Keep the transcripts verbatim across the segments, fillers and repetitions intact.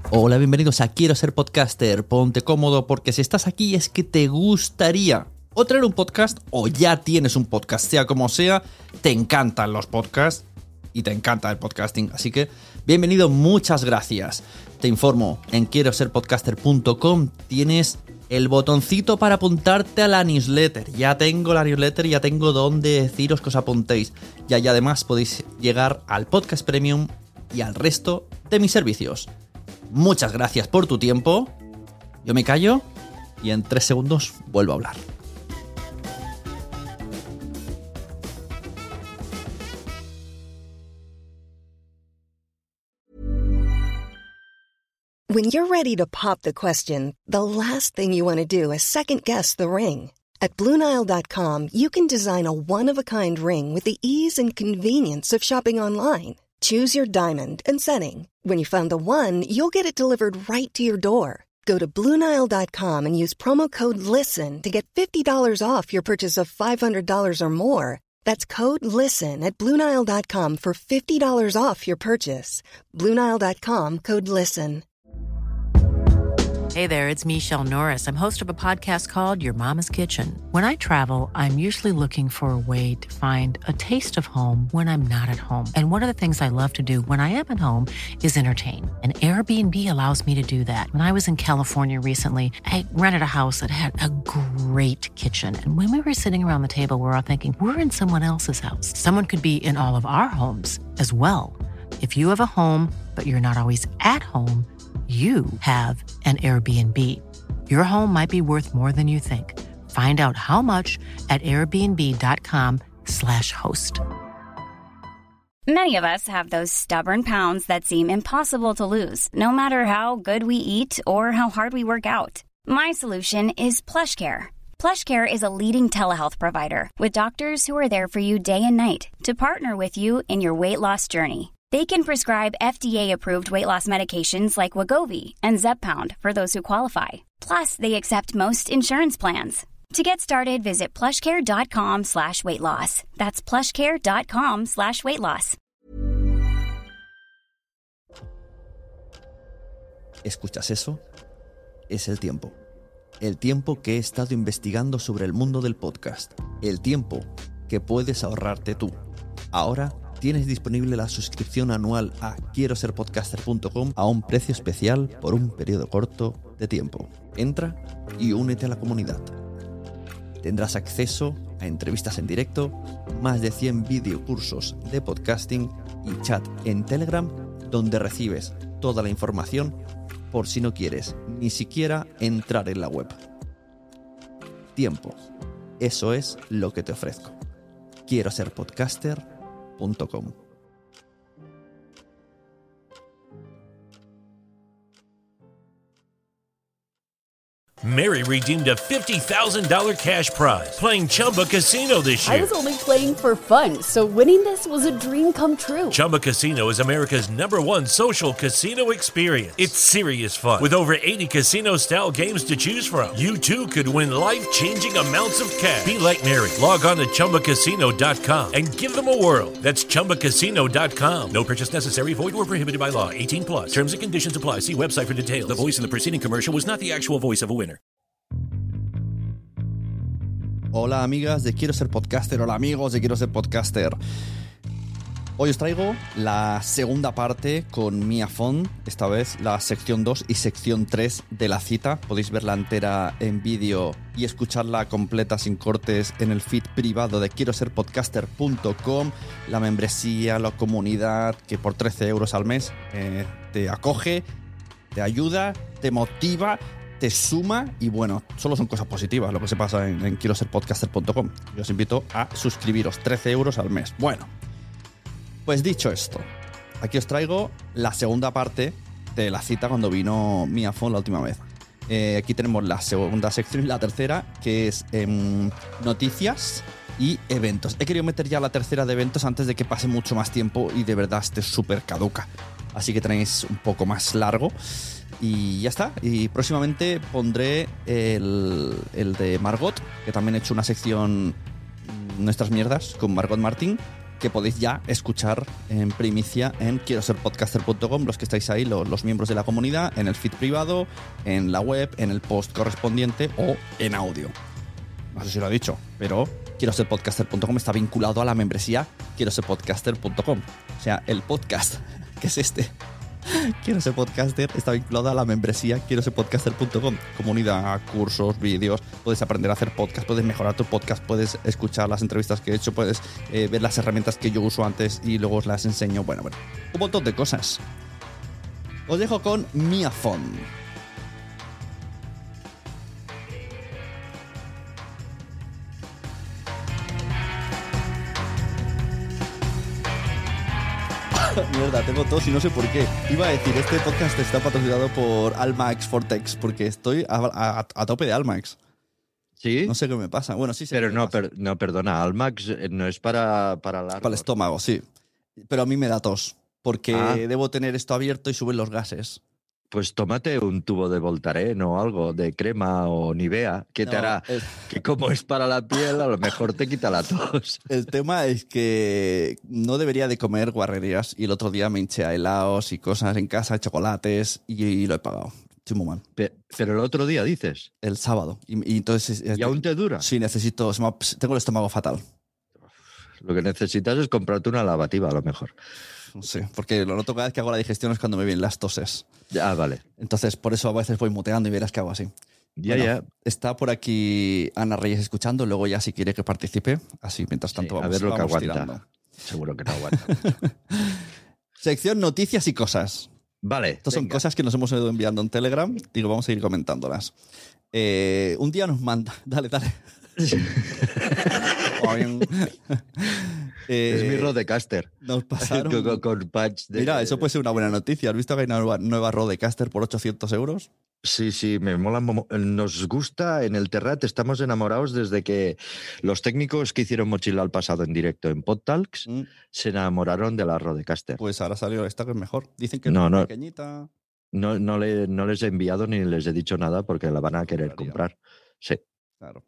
Hola, bienvenidos a Quiero Ser Podcaster. Ponte cómodo porque si estás aquí es que te gustaría o traer un podcast o ya tienes un podcast, sea como sea, te encantan los podcasts y te encanta el podcasting. Así que bienvenido, muchas gracias. Te informo, en quiero ser podcaster punto com tienes el botoncito para apuntarte a la newsletter. Ya tengo la newsletter, ya tengo donde deciros que os apuntéis. Ya y además podéis llegar al podcast premium y al resto de mis servicios. Muchas gracias por tu tiempo. Yo me callo y en tres segundos vuelvo a hablar. When you're ready to pop the question, the last thing you want to do is second-guess the ring. At Blue Nile dot com, you can design a one-of-a-kind ring with the ease and convenience of shopping online. Choose your diamond and setting. When you find the one, you'll get it delivered right to your door. Go to Blue Nile dot com and use promo code LISTEN to get fifty dollars off your purchase of five hundred dollars or more. That's code LISTEN at Blue Nile dot com for fifty dollars off your purchase. Blue Nile dot com, code LISTEN. Hey there, it's Michelle Norris. I'm host of a podcast called Your Mama's Kitchen. When I travel, I'm usually looking for a way to find a taste of home when I'm not at home. And one of the things I love to do when I am at home is entertain. And Airbnb allows me to do that. When I was in California recently, I rented a house that had a great kitchen. And when we were sitting around the table, we were all thinking, we're in someone else's house. Someone could be in all of our homes as well. If you have a home, but you're not always at home, you have an Airbnb. Your home might be worth more than you think. Find out how much at airbnb.com slash host. Many of us have those stubborn pounds that seem impossible to lose, no matter how good we eat or how hard we work out. My solution is PlushCare. PlushCare is a leading telehealth provider with doctors who are there for you day and night to partner with you in your weight loss journey. They can prescribe F D A-approved weight loss medications like Wegovy and Zepbound for those who qualify. Plus, they accept most insurance plans. To get started, visit plushcare.com slash weight loss. That's plushcare.com slash weight loss. ¿Escuchas eso? Es el tiempo. El tiempo que he estado investigando sobre el mundo del podcast. El tiempo que puedes ahorrarte tú. Ahora tienes disponible la suscripción anual a quiero ser podcaster punto com a un precio especial por un periodo corto de tiempo. Entra y únete a la comunidad. Tendrás acceso a entrevistas en directo, más de cien videocursos de podcasting y chat en Telegram, donde recibes toda la información por si no quieres ni siquiera entrar en la web. Tiempo. Eso es lo que te ofrezco. quiero ser podcaster punto com. Mary redeemed a fifty thousand dollars cash prize playing Chumba Casino this year. I was only playing for fun, so winning this was a dream come true. Chumba Casino is America's number one social casino experience. It's serious fun. With over eighty casino-style games to choose from, you too could win life-changing amounts of cash. Be like Mary. Log on to chumba casino dot com and give them a whirl. That's chumba casino dot com. No purchase necessary. Void or prohibited by law. eighteen plus. Terms and conditions apply. See website for details. The voice in the preceding commercial was not the actual voice of a winner. Hola amigas de Quiero Ser Podcaster, hola amigos de Quiero Ser Podcaster. Hoy os traigo la segunda parte con Mia Font, esta vez la sección dos y sección tres de la cita. Podéis verla entera en vídeo y escucharla completa sin cortes en el feed privado de quiero ser podcaster punto com, la membresía, la comunidad que por trece euros al mes eh, te acoge, te ayuda, te motiva, te suma y bueno, solo son cosas positivas lo que se pasa en, en quiero ser podcaster punto com. Yo os invito a suscribiros, trece euros al mes. Bueno, pues dicho esto, aquí os traigo la segunda parte de la cita cuando vino Mia Font la última vez. Eh, aquí tenemos la segunda sección y la tercera, que es eh, noticias y eventos. He querido meter ya la tercera de eventos antes de que pase mucho más tiempo y de verdad esté súper caduca. Así que tenéis un poco más largo. Y ya está. Y próximamente pondré el, el de Margot, que también he hecho una sección Nuestras Mierdas con Margot Martín. que podéis ya escuchar en primicia en quiero ser podcaster punto com, los que estáis ahí, los, los miembros de la comunidad, en el feed privado, en la web, en el post correspondiente o en audio. No sé si lo he dicho, pero quiero ser podcaster punto com está vinculado a la membresía quiero ser podcaster punto com. O sea, el podcast, que es este, Quiero ser podcaster, está vinculado a la membresía quiero ser podcaster punto com. Comunidad, cursos, vídeos, puedes aprender a hacer podcast, puedes mejorar tu podcast, puedes escuchar las entrevistas que he hecho, puedes eh, ver las herramientas que yo uso antes y luego os las enseño. Bueno, bueno, un montón de cosas. Os dejo con Miafon. Mierda, tengo tos y no sé por qué. Iba a decir, este podcast está patrocinado por Almax Fortex porque estoy a, a, a tope de Almax. ¿Sí? No sé qué me pasa. Bueno, sí, sí. Pero no, per, no, perdona, Almax no es para, para el Para el estómago, sí. Pero a mí me da tos porque ah. debo tener esto abierto y suben los gases. Pues tómate un tubo de Voltaren o algo, de crema o Nivea, que no, te hará el... que como es para la piel, a lo mejor te quita la tos. El tema es que no debería de comer guarrerías y el otro día me hinché a helados y cosas en casa, chocolates y, y lo he pagado. Estoy muy mal. Pe- pero el otro día dices. El sábado. Y, y entonces... ¿Y aún te dura? Sí, necesito... Tengo el estómago fatal. Lo que necesitas es comprarte una lavativa, a lo mejor. No sé, porque lo noto cada vez que hago la digestión es cuando me vienen las toses. Ah, vale. Entonces, por eso a veces voy muteando y verás que hago así. Ya, bueno, ya. Está por aquí Ana Reyes escuchando, luego ya si quiere que participe. Así, mientras tanto sí, vamos, a ver lo que aguanta. Tirando. Seguro que no aguanta. Sección noticias y cosas. Vale. Estas venga. son cosas que nos hemos ido enviando en Telegram. Digo, vamos a ir comentándolas. Eh, un día nos manda... Dale, dale. eh, es mi Rodecaster. Nos pasaron... con, con, con patch de... Mira, eso puede ser una buena noticia. ¿Has visto que hay una nueva, nueva Rodecaster por ochocientos euros? Sí, sí, me mola. Nos gusta en el Terrat, estamos enamorados desde que los técnicos que hicieron Mochila al pasado en directo en PodTalks mm. se enamoraron de la Rodecaster. Pues ahora salió esta que es mejor. Dicen que no, es no, pequeñita. No, no, le, no les he enviado ni les he dicho nada porque la van a querer comprar. Sí. Claro.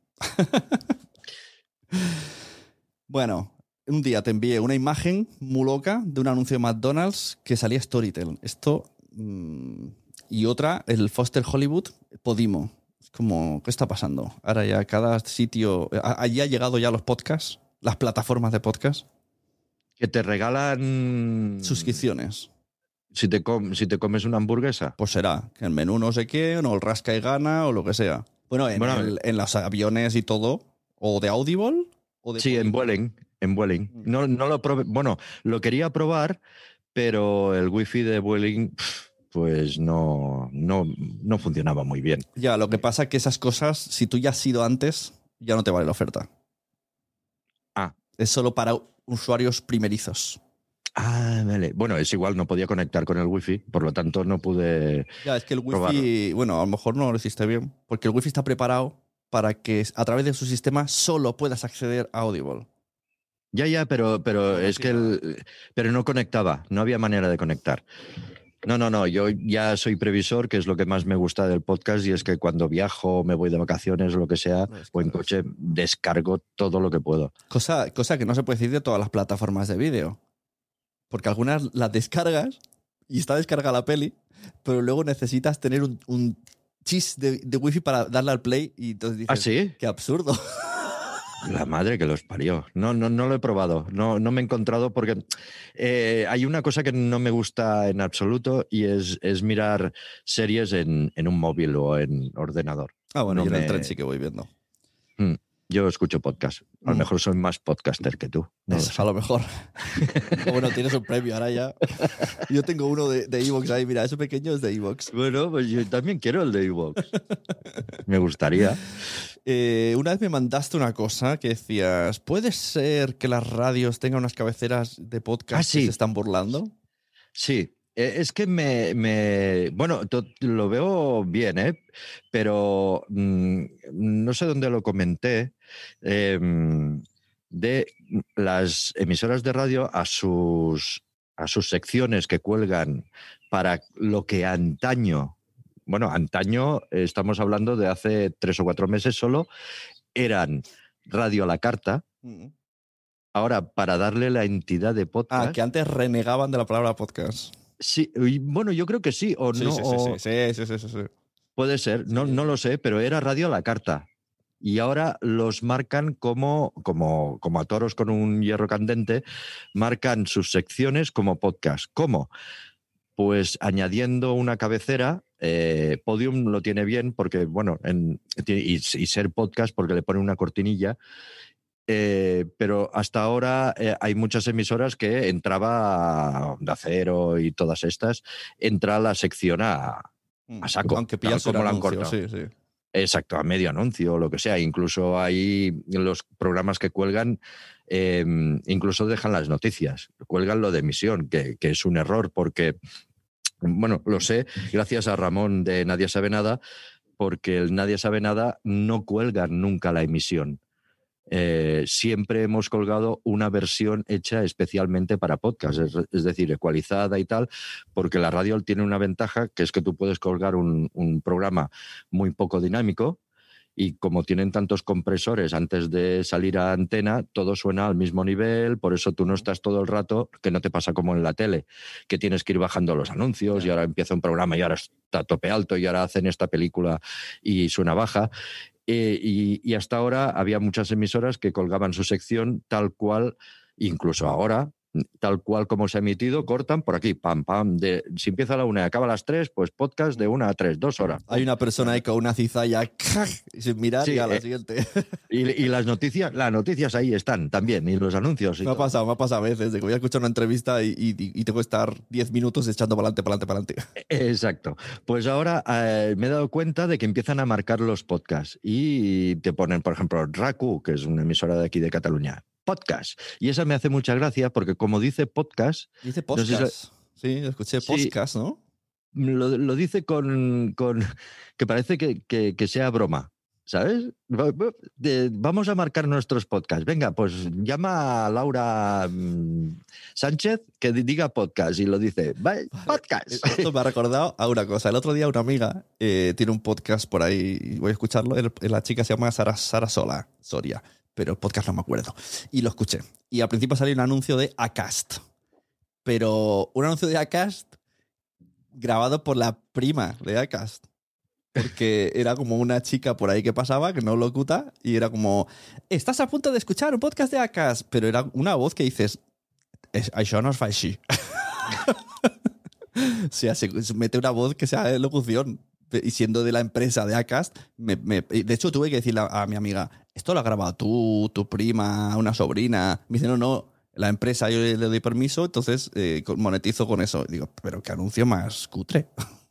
Bueno, un día te envié una imagen muy loca de un anuncio de McDonald's que salía Storytel. Esto... Mmm, y otra, el Foster Hollywood Podimo. Es como, ¿qué está pasando? Ahora ya cada sitio... Allí ha llegado ya los podcasts, las plataformas de podcast. Que te regalan... suscripciones. Si te, com- si te comes una hamburguesa. Pues será, que el menú no sé qué, o el rasca y gana, o lo que sea. Bueno, en, bueno, el, en los aviones y todo, o de Audible, o de... Sí, Podimo. en Vueling, en Vueling. Mm. No, no lo probé, bueno, lo quería probar, pero el wifi de Vueling... pues no, no, no funcionaba muy bien. Ya, lo que pasa es que esas cosas, si tú ya has sido antes, ya no te vale la oferta. Ah. Es solo para usuarios primerizos. Ah, vale. Bueno, es igual, no podía conectar con el wifi, por lo tanto no pude. Ya, es que el wifi, probarlo. Bueno, a lo mejor no lo hiciste bien, porque el wifi está preparado para que a través de su sistema solo puedas acceder a Audible. Ya, ya, pero, pero no, es sí, que el, pero no conectaba, no había manera de conectar. No, no, no, yo ya soy previsor, que es lo que más me gusta del podcast, y es que cuando viajo, me voy de vacaciones o lo que sea, o en coche, descargo todo lo que puedo. Cosa, cosa que no se puede decir de todas las plataformas de vídeo. Porque algunas las descargas y está descargada la peli, pero luego necesitas tener un, un chis de, de wifi para darle al play y entonces dices, ¿ah, sí? ¡Qué absurdo! La madre que los parió. No, no, no lo he probado. No, no me he encontrado porque eh, hay una cosa que no me gusta en absoluto y es, es mirar series en, en un móvil o en ordenador. Ah, bueno, no yo me... en el tren sí que voy viendo. Mm, yo escucho podcast. A lo mm. mejor soy más podcaster que tú. No es, lo sé. A lo mejor. Bueno, tienes un premio ahora ya. Yo tengo uno de, de iVoox ahí. Mira, ese pequeño es de iVoox. Bueno, pues yo también quiero el de iVoox. Me gustaría. Eh, una vez me mandaste una cosa que decías, ¿puede ser que las radios tengan unas cabeceras de podcast ah, sí. que se están burlando? Sí, es que me... me bueno, to, lo veo bien, ¿eh? Pero mmm, no sé dónde lo comenté, eh, de las emisoras de radio a sus, a sus secciones que cuelgan para lo que antaño... Bueno, antaño, estamos hablando de hace tres o cuatro meses solo, eran Radio a la Carta, mm. ahora para darle la entidad de podcast. Ah, que antes renegaban de la palabra podcast. Sí, y bueno, yo creo que sí, o Sí, no. sí, o- sí, sí, sí, sí, sí, sí. Puede ser, no, no lo sé, pero era radio a la carta. Y ahora los marcan como, como, como a toros con un hierro candente, marcan sus secciones como podcast. ¿Cómo? Pues añadiendo una cabecera. eh, Podium lo tiene bien porque, bueno, en, y, y ser podcast porque le pone una cortinilla. Eh, pero hasta ahora eh, hay muchas emisoras que entraba Onda Cero y todas estas, entra la sección a, a saco, Aunque tal pillas el como la han anuncio, cortado. sí, sí. Exacto, a medio anuncio o lo que sea. Incluso hay los programas que cuelgan, eh, incluso dejan las noticias, cuelgan lo de emisión, que, que es un error porque, bueno, lo sé, gracias a Ramón de Nadie Sabe Nada, porque el Nadie Sabe Nada no cuelgan nunca la emisión. Eh, siempre hemos colgado una versión hecha especialmente para podcast, es, es decir, ecualizada y tal, porque la radio tiene una ventaja que es que tú puedes colgar un, un programa muy poco dinámico y como tienen tantos compresores antes de salir a antena, todo suena al mismo nivel, por eso tú no estás todo el rato, que no te pasa como en la tele, que tienes que ir bajando los anuncios y ahora empieza un programa y ahora está a tope alto y ahora hacen esta película y suena baja. Eh, y, y hasta ahora había muchas emisoras que colgaban su sección tal cual, incluso ahora, tal cual como se ha emitido, cortan por aquí, pam, pam. De, si empieza a la una y acaba a las tres, pues podcast de una a tres, dos horas. Hay una persona ahí con una cizalla ¡cac! Sin mirar Sí, y a la eh, siguiente. Y, y las noticias, las noticias ahí están también, y los anuncios. Y Me ha todo. pasado, me ha pasado a veces, de que voy a escuchar una entrevista y, y, y tengo que estar diez minutos echando para adelante, para adelante, para adelante. Exacto. Pues ahora eh, me he dado cuenta de que empiezan a marcar los podcasts y te ponen, por ejemplo, RACU, que es una emisora de aquí de Cataluña, podcast. Y esa me hace mucha gracia porque como dice podcast... Dice no sé si podcast. Sí, escuché Sí. podcast, ¿no? Lo, lo dice con, con... que parece que, que, que sea broma. ¿Sabes? Va- va- de- vamos a marcar nuestros podcasts. Venga, pues llama a Laura mm, Sánchez que di- diga podcast y lo dice. Va, podcast. Esto me ha recordado a una cosa. El otro día una amiga eh, tiene un podcast por ahí, y voy a escucharlo. El- la chica se llama Sara, Sara Sola, Soria, pero el podcast no me acuerdo. Y lo escuché. Y al principio salió un anuncio de Acast. Pero un anuncio de Acast grabado por la prima de Acast. Porque era como una chica por ahí que pasaba, que no locuta, y era como, estás a punto de escuchar un podcast de Acast, pero era una voz que dices, "Es- això no es fa així". O sea, se se mete una voz que sea de locución. Y siendo de la empresa de Acast, me, me- de hecho tuve que decirle a, a mi amiga, esto lo has grabado tú, tu prima, una sobrina. Me dice, no, no, la empresa yo le doy permiso, entonces eh, con- monetizo con eso. Y digo, pero qué anuncio más cutre.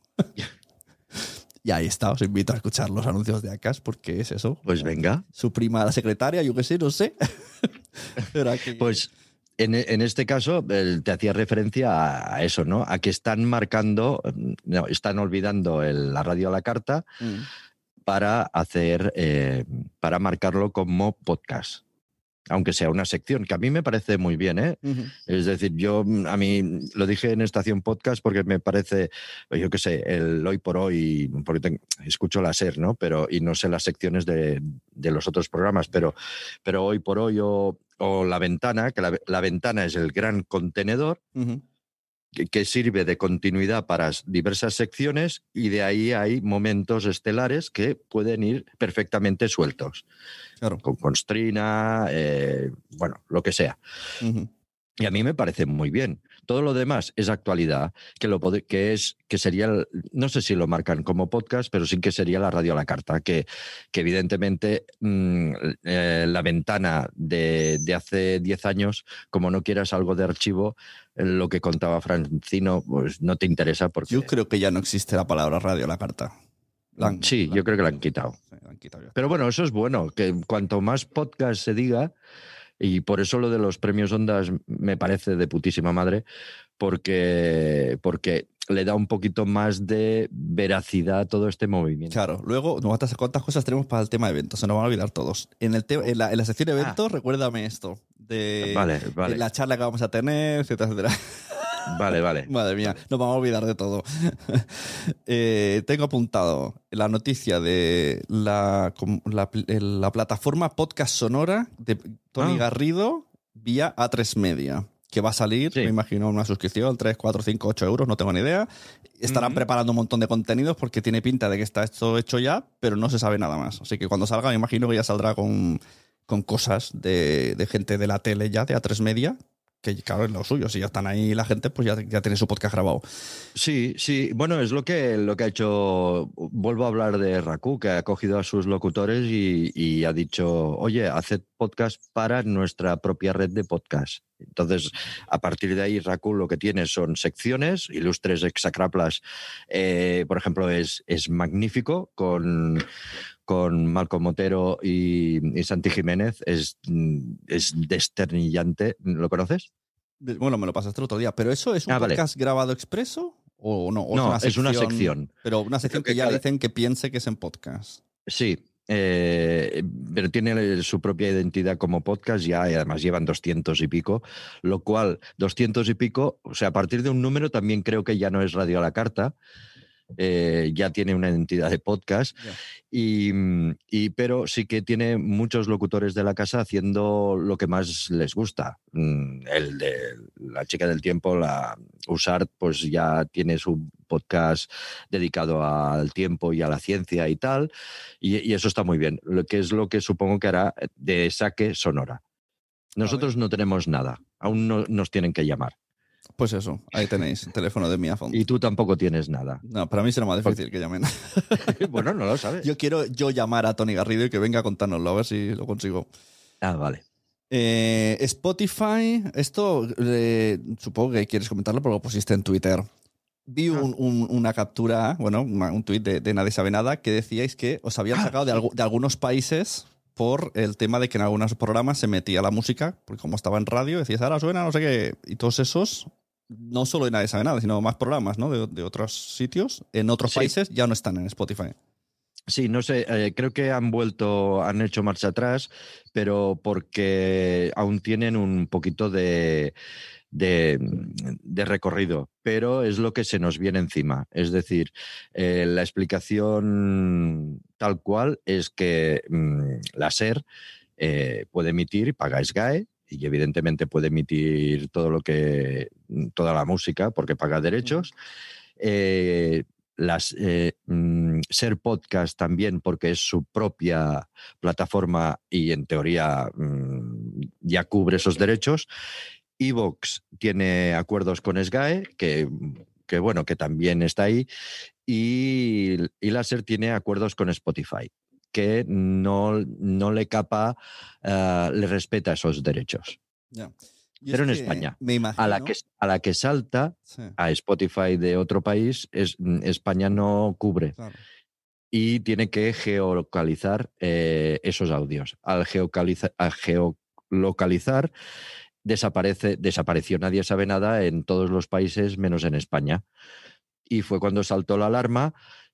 Y ahí está, os invito a escuchar los anuncios de Acast porque es eso. Pues venga. Su prima, la secretaria, yo qué sé, no sé. Pero aquí... Pues en, en este caso el- te hacía referencia a, a eso, ¿no? A que están marcando, no, están olvidando el- la radio a la carta Mm. para hacer, eh, para marcarlo como podcast. Aunque sea una sección, que a mí me parece muy bien, ¿eh? Ujú. Es decir, yo mm, a mí lo dije en Estación Podcast porque me parece, yo qué sé, el hoy por hoy, porque ten- escucho la SER, ¿no? Pero, y no sé las secciones de, de los otros programas, pero, pero hoy por hoy o, o La Ventana, que la, la Ventana es el gran contenedor Ujú. que, que sirve de continuidad para s- diversas secciones y de ahí hay momentos estelares que pueden ir perfectamente sueltos, Claro. con constrina, eh, bueno, lo que sea. Ujú. Y a mí me parece muy bien. Todo lo demás es actualidad, que, lo pode- que, es, que sería, el- no sé si lo marcan como podcast, pero sí que sería la radio a la carta, que, que evidentemente mm, eh, la ventana de, de hace diez años, como no quieras algo de archivo, eh, lo que contaba Francino, pues no te interesa porque... Yo creo que ya no existe la palabra radio a la carta. La han- Sí, la- yo creo que la han quitado. Sí, la han quitado ya. Pero bueno, eso es bueno, que cuanto más podcast se diga, y por eso lo de los premios Ondas me parece de putísima madre, porque, porque le da un poquito más de veracidad a todo este movimiento. Claro, luego, no, ¿cuántas, cuántas cosas tenemos para el tema de eventos? Se nos van a olvidar todos. En, el te- en, la, en la sección de eventos, recuérdame esto. De Vale, vale. la charla que vamos a tener, etcétera, etcétera. Vale, vale. Madre mía, nos vamos a olvidar de todo. Eh, tengo apuntado la noticia de la, com- la, pl- el- la plataforma Podcast Sonora de Tony Ah. Garrido vía A tres Media, que va a salir, Sí. me imagino, una suscripción, tres, cuatro, cinco, ocho euros, no tengo ni idea. Estarán Ujú. preparando un montón de contenidos porque tiene pinta de que está esto hecho ya, pero no se sabe nada más. Así que cuando salga, me imagino que ya saldrá con, con cosas de, de gente de la tele ya, de A tres Media, que claro, es lo suyo. Si ya están ahí la gente, pues ya, ya tiene su podcast grabado. Sí, sí. Bueno, es lo que, lo que ha hecho. Vuelvo a hablar de Raku, que ha cogido a sus locutores y, y ha dicho, oye, haced podcast para nuestra propia red de podcast. Entonces, a partir de ahí, Raku lo que tiene son secciones. Ilustres Exakraplas, eh, por ejemplo, es, es magnífico con. con Malcolm Otero y, y Santi Jiménez, es, es desternillante. ¿Lo conoces? Bueno, me lo pasaste el otro día, pero ¿eso es un Ah, vale. podcast grabado expreso o no? ¿O No, es es una sección. Pero una sección Creo que que ya cada- dicen que piense que es en podcast. Sí, eh, pero tiene su propia identidad como podcast ya, y además llevan doscientos y pico, lo cual, doscientos y pico, o sea, a partir de un número también creo que ya no es Radio a la Carta, eh, ya tiene una identidad de podcast, Ya. y, y, pero sí que tiene muchos locutores de la casa haciendo lo que más les gusta. El de La Chica del Tiempo, la Usart, pues ya tiene su podcast dedicado al tiempo y a la ciencia y tal, y, y eso está muy bien, lo que es lo que supongo que hará de Saque Sonora. Nosotros no tenemos nada, aún no nos tienen que llamar. Pues eso, ahí tenéis el teléfono de Miafont. Y tú tampoco tienes nada. No, para mí será más difícil que llamen. Bueno, no lo sabes. Yo quiero yo llamar a Tony Garrido y que venga a contárnoslo, a ver si lo consigo. Ah, vale. Eh, Spotify, esto eh, supongo que quieres comentarlo porque lo pusiste en Twitter. Vi un, un, una captura, bueno, una, un tuit de, de Nadie Sabe Nada que decíais que os habían sacado de, algo, de algunos países por el tema de que en algunos programas se metía la música, porque como estaba en radio, decías, ahora suena, no sé qué, y todos esos, no solo de Nadie Sabe Nada, sino más programas, ¿no? De, de otros sitios, en otros Sí. países ya no están en Spotify. Sí, no sé, eh, creo que han vuelto, han hecho marcha atrás, pero porque aún tienen un poquito de, de, de recorrido, pero es lo que se nos viene encima. Es decir, eh, la explicación tal cual es que mmm, la SER eh, puede emitir, paga SGAE, y evidentemente puede emitir todo lo que, toda la música porque paga derechos. Eh, las eh, mm, Ser Podcast también porque es su propia plataforma y en teoría mm, ya cubre esos derechos. Evox tiene acuerdos con SGAE que, que bueno, que también está ahí, y, y la Ser tiene acuerdos con Spotify que no, no le capa, uh, le respeta esos derechos. Yeah. Y pero en es que España, me imagino, a la que, a la que salta sí, a Spotify de otro país, es, España no cubre. claro. Y tiene que geolocalizar eh, esos audios. Al, geocaliza, al geolocalizar, desaparece, desapareció Nadie Sabe Nada en todos los países menos en España. Y fue cuando saltó la alarma.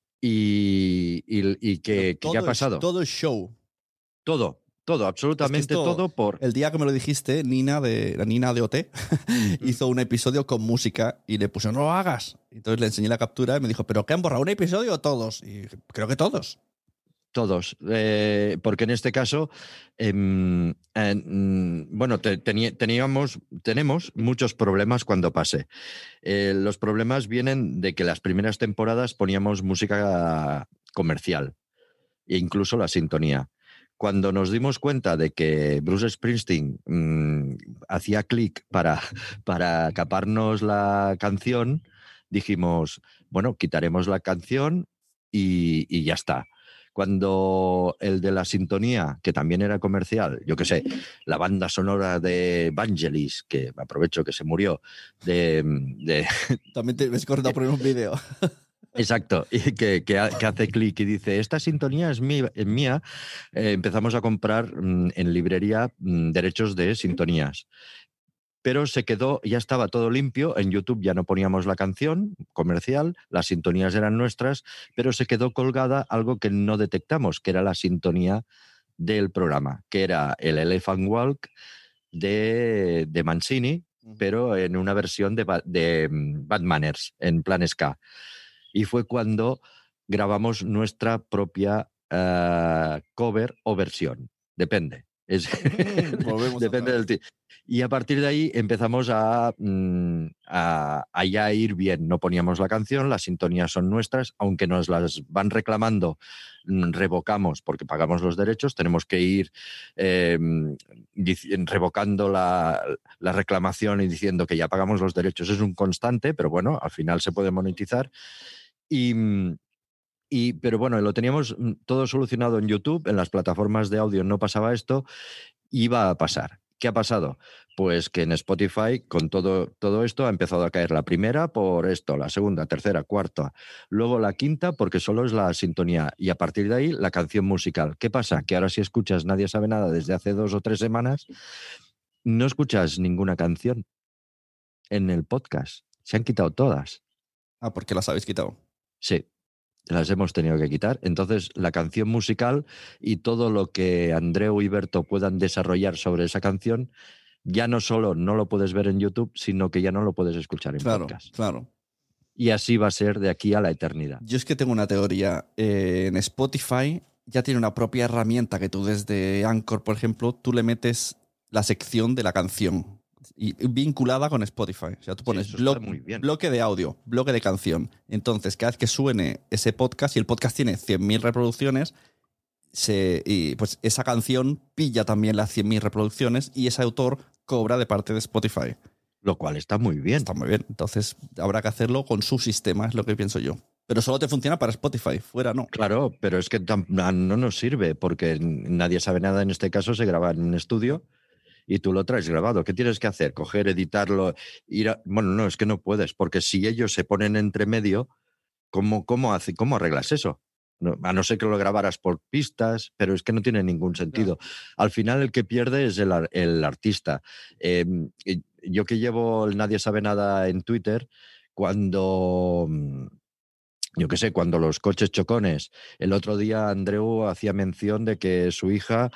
¿Y, y, y qué, qué ha pasado? Es, todo es show. Todo. Todo, absolutamente es que esto, todo por... El día que me lo dijiste, Nina de, la Nina de O T hizo un episodio con música y le puso, no lo hagas. Entonces le enseñé la captura y me dijo, ¿pero qué han borrado? ¿Un episodio o todos? Y dije, creo que todos. Todos, eh, porque en este caso, eh, eh, bueno, te, tení, teníamos, tenemos muchos problemas cuando pase. Eh, los problemas vienen de que las primeras temporadas poníamos música comercial e incluso la sintonía. Cuando nos dimos cuenta de que Bruce Springsteen mmm, hacía clic para, para caparnos la canción, dijimos, bueno, quitaremos la canción y, y ya está. Cuando el de la sintonía, que también era comercial, yo qué sé, la banda sonora de Vangelis, que aprovecho que se murió, de... de también te ves corriendo a poner un vídeo. Exacto, y que, que, que hace clic y dice, esta sintonía es mía, es mía. Eh, empezamos a comprar mmm, en librería mmm, derechos de sintonías. Pero se quedó, ya estaba todo limpio, en YouTube ya no poníamos la canción comercial, las sintonías eran nuestras, pero se quedó colgada algo que no detectamos, que era la sintonía del programa, que era el Elephant Walk de, de Mancini, pero en una versión de, de Bad Manners, en plan ska. Y fue cuando grabamos nuestra propia uh, cover o versión, depende. Es, Volvemos depende otra del ti- Y a partir de ahí empezamos a, mm, a, a ya ir bien. No poníamos la canción, las sintonías son nuestras, aunque nos las van reclamando, mm, revocamos porque pagamos los derechos, tenemos que ir eh, dic- revocando la, la reclamación y diciendo que ya pagamos los derechos. Es un constante, pero bueno, al final se puede monetizar. Y, mm, y, pero bueno, lo teníamos mm, todo solucionado en YouTube, en las plataformas de audio no pasaba esto, iba a pasar. ¿Qué ha pasado? Pues que en Spotify, con todo, todo esto, ha empezado a caer la primera por esto, la segunda, tercera, cuarta, luego la quinta porque solo es la sintonía y a partir de ahí la canción musical. ¿Qué pasa? Que ahora si escuchas Nadie sabe nada desde hace dos o tres semanas, no escuchas ninguna canción en el podcast. Se han quitado todas. Ah, ¿por qué las habéis quitado? Sí. Las hemos tenido que quitar. Entonces, la canción musical y todo lo que Andreu y Berto puedan desarrollar sobre esa canción, ya no solo no lo puedes ver en YouTube, sino que ya no lo puedes escuchar en Claro, podcast. claro. Y así va a ser de aquí a la eternidad. Yo es que tengo una teoría. Eh, en Spotify ya tiene una propia herramienta que tú desde Anchor, por ejemplo, tú le metes la sección de la canción y vinculada con Spotify. O sea, tú pones eso blo- está muy bien. bloque de audio, bloque de canción. Entonces, cada vez que suene ese podcast, y el podcast tiene cien mil reproducciones, se, y pues esa canción pilla también las cien mil reproducciones y ese autor cobra de parte de Spotify. Lo cual está muy bien. Está muy bien. Entonces, habrá que hacerlo con su sistema, es lo que pienso yo. Pero solo te funciona para Spotify, fuera no. Claro, pero es que tam- no nos sirve porque Nadie sabe nada. En este caso se graba en un estudio y tú lo traes grabado. ¿Qué tienes que hacer? Coger, editarlo, ir a... Bueno, no, es que no puedes, porque si ellos se ponen entre medio, ¿cómo, cómo, hace, cómo arreglas eso? No, a no ser que lo grabaras por pistas, pero es que no tiene ningún sentido. Claro. Al final el que pierde es el, el artista. Eh, yo que llevo el Nadie sabe nada en Twitter, cuando... Yo qué sé, cuando los coches chocones, el otro día Andreu hacía mención de que su hija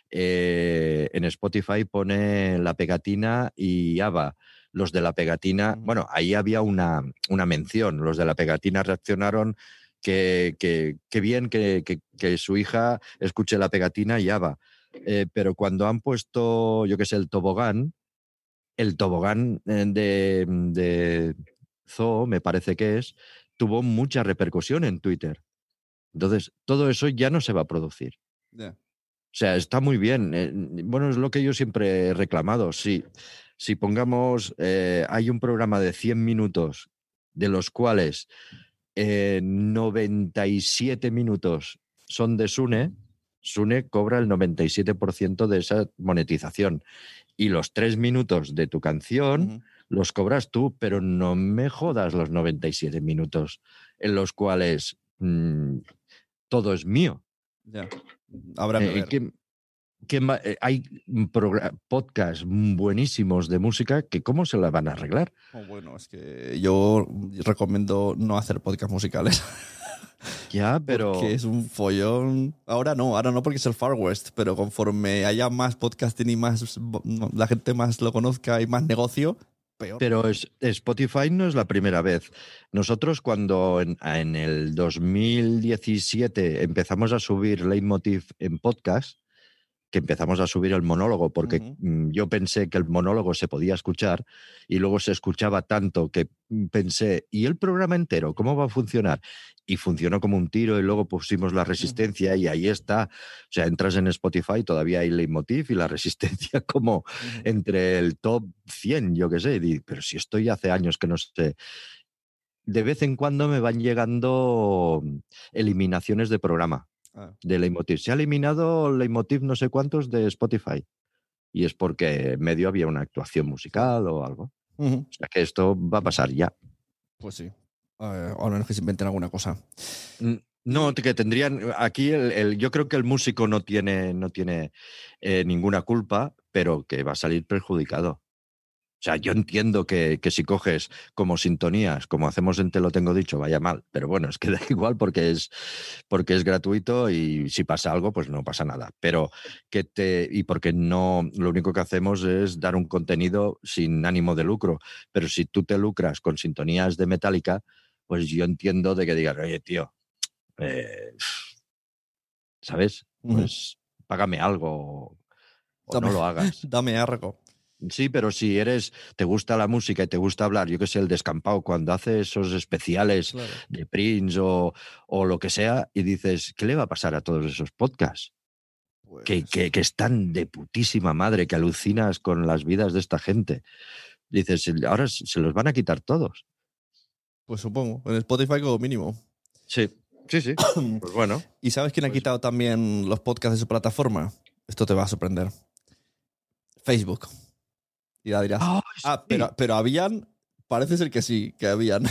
eh, en Spotify pone La Pegatina y ABBA. Los de La Pegatina, bueno, ahí había una, una mención, los de La Pegatina reaccionaron que, que, que bien que, que, que su hija escuche La Pegatina y ABBA. Eh, pero cuando han puesto, yo qué sé, el tobogán, el tobogán de, de Zoo, me parece que es, tuvo mucha repercusión en Twitter. Entonces, todo eso ya no se va a producir. Yeah. O sea, está muy bien. Eh, bueno, es lo que yo siempre he reclamado. Si, si pongamos, eh, hay un programa de cien minutos, de los cuales eh, noventa y siete minutos son de Sune, Sune cobra el noventa y siete por ciento de esa monetización. Y los tres minutos de tu canción... Uh-huh. Los cobras tú, pero no me jodas los noventa y siete minutos en los cuales mmm, todo es mío. Ya, habrá que eh, ver. Que, que eh, hay podcasts buenísimos de música que ¿cómo se la van a arreglar? Oh, bueno, es que yo recomiendo no hacer podcasts musicales. Ya, pero... Porque es un follón. Ahora no, ahora no porque es el Far West, pero conforme haya más podcasting y más la gente más lo conozca y más negocio... Peor. Pero es, Spotify no es la primera vez. Nosotros cuando en, en el dos mil diecisiete empezamos a subir Leitmotiv en podcast, que empezamos a subir el monólogo, porque uh-huh. yo pensé que el monólogo se podía escuchar y luego se escuchaba tanto que pensé, ¿y el programa entero? ¿Cómo va a funcionar? Y funcionó como un tiro y luego pusimos La Resistencia uh-huh. y ahí está. O sea, entras en Spotify, todavía hay Leitmotiv y La Resistencia como uh-huh. entre el top cien, yo qué sé. Pero si estoy hace años que no sé. De vez en cuando me van llegando eliminaciones de programa. Ah. De Leitmotiv. Se ha eliminado Leitmotiv no sé cuántos de Spotify. Y es porque en medio había una actuación musical o algo. Uh-huh. O sea que esto va a pasar ya. Pues sí. Uh, o menos que se inventen alguna cosa. No, que tendrían... Aquí el, el, yo creo que el músico no tiene, no tiene eh, ninguna culpa, pero que va a salir perjudicado. O sea, yo entiendo que, que si coges como sintonías, como hacemos en Te lo tengo dicho, vaya mal. Pero bueno, es que da igual porque es, porque es gratuito y si pasa algo, pues no pasa nada. Pero que te... Y porque no... Lo único que hacemos es dar un contenido sin ánimo de lucro. Pero si tú te lucras con sintonías de Metallica, pues yo entiendo de que digas, oye, tío, eh, ¿sabes? Pues uh-huh. págame algo... o Dame- no lo hagas. Dame algo. Sí, pero si eres, te gusta la música y te gusta hablar, yo que sé, el Descampado, cuando hace esos especiales Claro. de Prince o, o lo que sea, y dices, ¿qué le va a pasar a todos esos podcasts? Pues, Que, que, que están de putísima madre, que alucinas con las vidas de esta gente. Dices, ahora se los van a quitar todos. pues supongo. En Spotify como mínimo. Sí, sí, sí. Pues bueno. ¿Y sabes quién ha Pues- quitado también los podcasts de su plataforma? Esto te va a sorprender. Facebook. Y ya dirás, ¡Ay, ah, sí! pero, pero habían, parece ser que sí, que habían.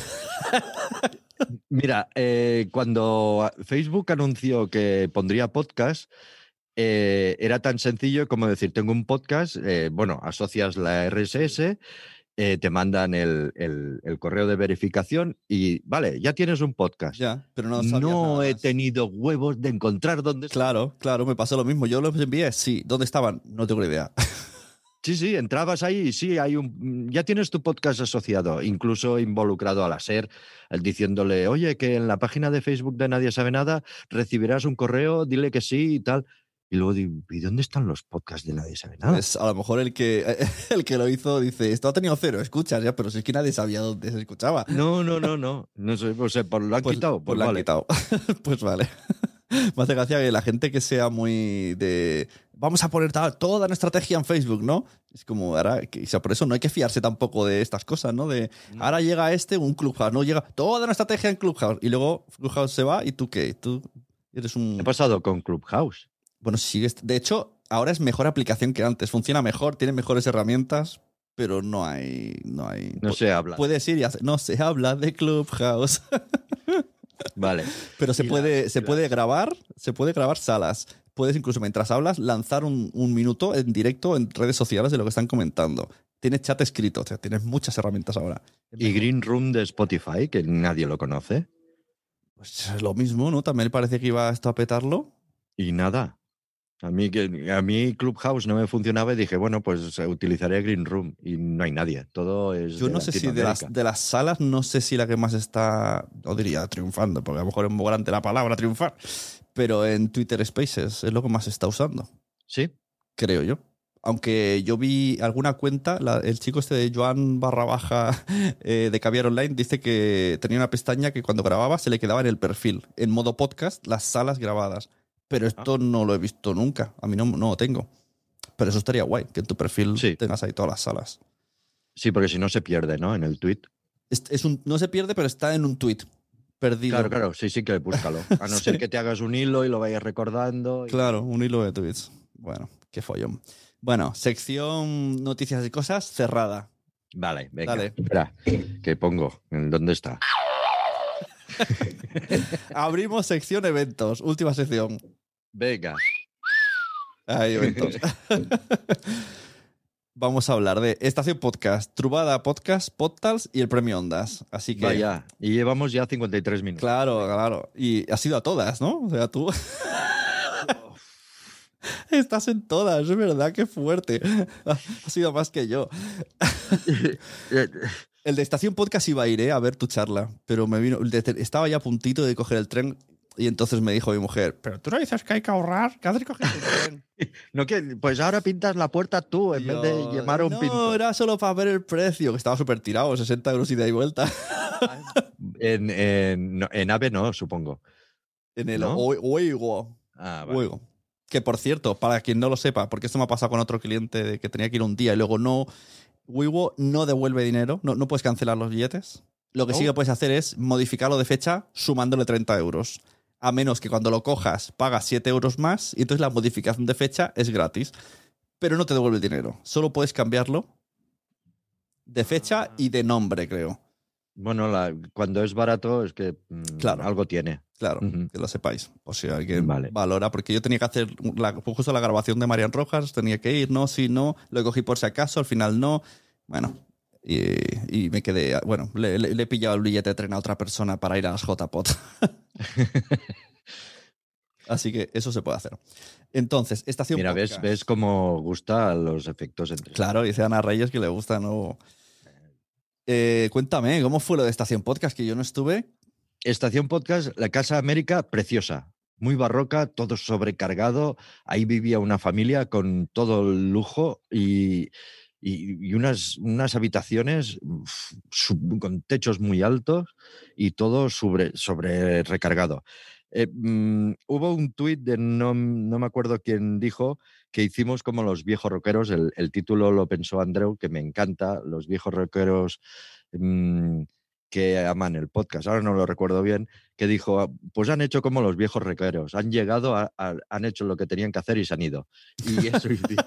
Mira, eh, cuando Facebook anunció que pondría podcast, eh, era tan sencillo como decir, tengo un podcast, eh, bueno, asocias la R S S, eh, te mandan el, el- el correo de verificación y, vale, ya tienes un podcast. Ya, pero no sabías No nada he más. tenido huevos de encontrar dónde está. Claro, claro, me pasó lo mismo. Yo los envié, sí. ¿Dónde estaban? No tengo ni idea. Sí, sí, entrabas ahí y sí, hay un, ya tienes tu podcast asociado, incluso involucrado a la SER, eh, diciéndole, oye, que en la página de Facebook de Nadie Sabe Nada recibirás un correo, dile que sí y tal. Y luego digo, ¿y dónde están los podcasts de Nadie Sabe Nada? Pues a lo mejor el que, el que lo hizo dice, esto ha tenido cero escuchas ya, pero si es que nadie sabía dónde se escuchaba. No, no, no, no. No sé, pues, eh, pues lo han Pues, quitado. pues Pues, lo han vale. quitado. Pues vale. Me hace gracia que la gente que sea muy de vamos a poner ta- toda nuestra estrategia en Facebook, ¿no? Es como, ahora, que- o sea, por eso no hay que fiarse tampoco de estas cosas, ¿no? De ahora llega este, un Clubhouse, no llega toda nuestra estrategia en Clubhouse y luego Clubhouse se va y tú qué, tú eres un... ¿Qué ha pasado con Clubhouse? Bueno, sí, es- de hecho, ahora es mejor aplicación que antes, funciona mejor, tiene mejores herramientas, pero no hay... No, hay, No se habla. Puedes ir y hacer... No se habla de Clubhouse. Vale. Pero se Y puede, las- se y puede las- grabar, se puede grabar salas. Puedes incluso mientras hablas lanzar un, un minuto en directo en redes sociales de lo que están comentando. Tienes chat escrito, o sea, tienes muchas herramientas ahora. Y Green Room de Spotify, que nadie lo conoce. Pues es lo mismo, ¿no? También parece que iba esto a petarlo. Y nada. A mí, que, a mí Clubhouse no me funcionaba y dije, bueno, pues eh, utilizaré Green Room. Y no hay nadie. Todo es. Yo de no sé si de las, Latinoamérica. de las salas, no sé si la que más está, no diría triunfando, porque a lo mejor es muy grande la palabra triunfar, pero en Twitter Spaces es lo que más se está usando, Sí. creo yo. Aunque yo vi alguna cuenta, la- el chico este de Joan barra baja eh, de Caviar Online dice que tenía una pestaña que cuando grababa se le quedaba en el perfil, en modo podcast, las salas grabadas. Pero esto no lo he visto nunca, a mí no, no lo tengo. Pero eso estaría guay, que en tu perfil Sí. tengas ahí todas las salas. Sí, porque si no se pierde, ¿no? En el tweet. Es, es un, no se pierde, pero está en un tweet perdido. Claro, claro, sí, sí que búscalo. A no Sí. ser que te hagas un hilo y lo vayas recordando. y- Claro, un hilo de tweets. Bueno, qué follón. Bueno, sección noticias y cosas cerrada. Vale, venga. Dale. Espera, que pongo. ¿En ¿Dónde está? Abrimos sección eventos. Última sección. Venga. Ahí, eventos. Vamos a hablar de Estación Podcast, Trubada Podcast, Podtals y el Premio Ondas. Así que... Vaya. Y llevamos ya cincuenta y tres minutos. Claro, claro. Y has ido a todas, ¿no? O sea, tú... Estás en todas, es verdad, qué fuerte. Has sido más que yo. El de Estación Podcast iba a ir, ¿eh? A ver tu charla, pero me vino... Estaba ya a puntito de coger el tren y entonces me dijo mi mujer, pero tú no dices que hay que ahorrar, ¿qué haces cogiendo el tren? No, que, pues ahora pintas la puerta tú en Y yo, vez de llamar a un no, pintor. era solo para ver el precio, que estaba súper tirado, sesenta euros ida y vuelta. En, en, no, en AVE no, supongo. En el ¿No? Oi- Oigo. Ah, vale. Oigo. Que por cierto, para quien no lo sepa, porque esto me ha pasado con otro cliente de que tenía que ir un día y luego no, Wigo no devuelve dinero, no, no puedes cancelar los billetes. Lo que Oh. sí que puedes hacer es modificarlo de fecha sumándole treinta euros. A menos que cuando lo cojas pagas siete euros más y entonces la modificación de fecha es gratis. Pero no te devuelve el dinero. Solo puedes cambiarlo de fecha y de nombre, creo. Bueno, la- cuando es barato es que mm, Claro. algo tiene. Claro, Ujú. que lo sepáis. O sea, alguien Vale. valora, porque yo tenía que hacer la, justo la grabación de Marian Rojas, tenía que ir, no, sí, no, lo cogí por si acaso, al final no. Bueno, y, y me quedé, bueno, le, le- le he pillado el billete de tren a otra persona para ir a las J P O T. Así que eso se puede hacer. Entonces, estación Mira, ves, podcast. ves cómo gustan los efectos entre. Claro, dice Ana Reyes que le gusta, ¿no? Eh, cuéntame, ¿cómo fue lo de Estación Podcast? Que yo no estuve. Estación Podcast, la Casa América, preciosa. muy barroca, todo sobrecargado. Ahí vivía una familia con todo el lujo y, y, y unas, unas habitaciones uf, sub, con techos muy altos y todo sobre, sobre recargado. Eh, mm, hubo un tuit de no, no me acuerdo quién dijo que hicimos como los viejos rockeros. El, el título lo pensó Andreu, que me encanta, los viejos rockeros mmm, que aman el podcast. Ahora no lo recuerdo bien, que dijo, pues han hecho como los viejos rockeros, han llegado, a, a, han hecho lo que tenían que hacer y se han ido. Y eso hicimos.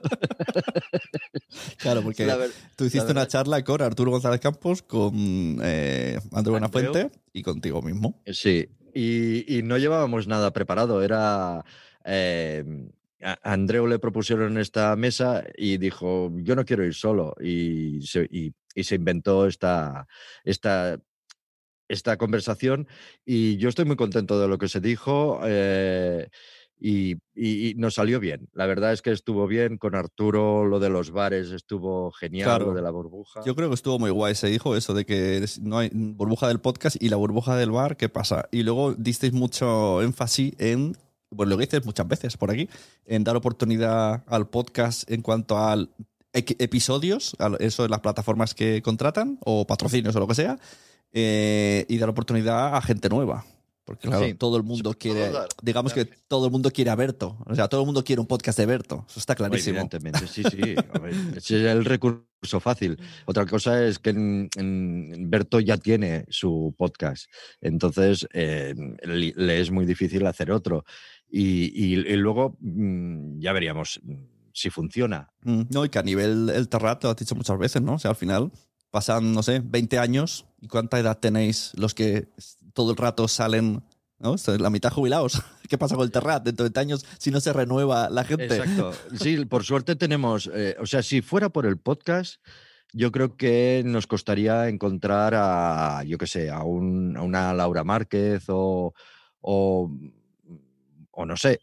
Claro, porque ver, tú hiciste una charla con Arturo González Campos, con eh, Andreu Buenafuente y contigo mismo. Sí, y, y no llevábamos nada preparado, era... Eh, a Andreu le propusieron esta mesa y dijo, yo no quiero ir solo, y se, y, y se inventó esta, esta, esta conversación, y yo estoy muy contento de lo que se dijo. Eh, Y, y, y nos salió bien. La verdad es que estuvo bien. Con Arturo lo de los bares estuvo genial, claro, lo de la burbuja. Yo creo que estuvo muy guay. Se dijo eso de que no hay burbuja del podcast y la burbuja del bar, ¿qué pasa? Y luego disteis mucho énfasis en, pues lo que dices muchas veces por aquí, en dar oportunidad al podcast en cuanto a episodios, a eso de las plataformas que contratan o patrocinios o lo que sea, eh, y dar oportunidad a gente nueva. Porque claro, sí, todo el mundo quiere, dar, digamos dar. que todo el mundo quiere a Berto. O sea, todo el mundo quiere un podcast de Berto. Eso está clarísimo. Evidentemente, sí, sí. A ver, ese es el recurso fácil. Otra cosa es que en, en Berto ya tiene su podcast. Entonces, eh, le es muy difícil hacer otro. Y, y, y luego mmm, ya veríamos si funciona. No, y que a nivel el Terrat, lo has dicho muchas veces, ¿no? O sea, al final pasan, no sé, veinte años. ¿Y cuánta edad tenéis los que todo el rato salen, ¿no? La mitad jubilados? ¿Qué pasa con el Terrat dentro de veinte años si no se renueva la gente? Exacto. Sí, por suerte tenemos... Eh, o sea, si fuera por el podcast, yo creo que nos costaría encontrar a, yo qué sé, a, un, a una Laura Márquez o, o, o no sé...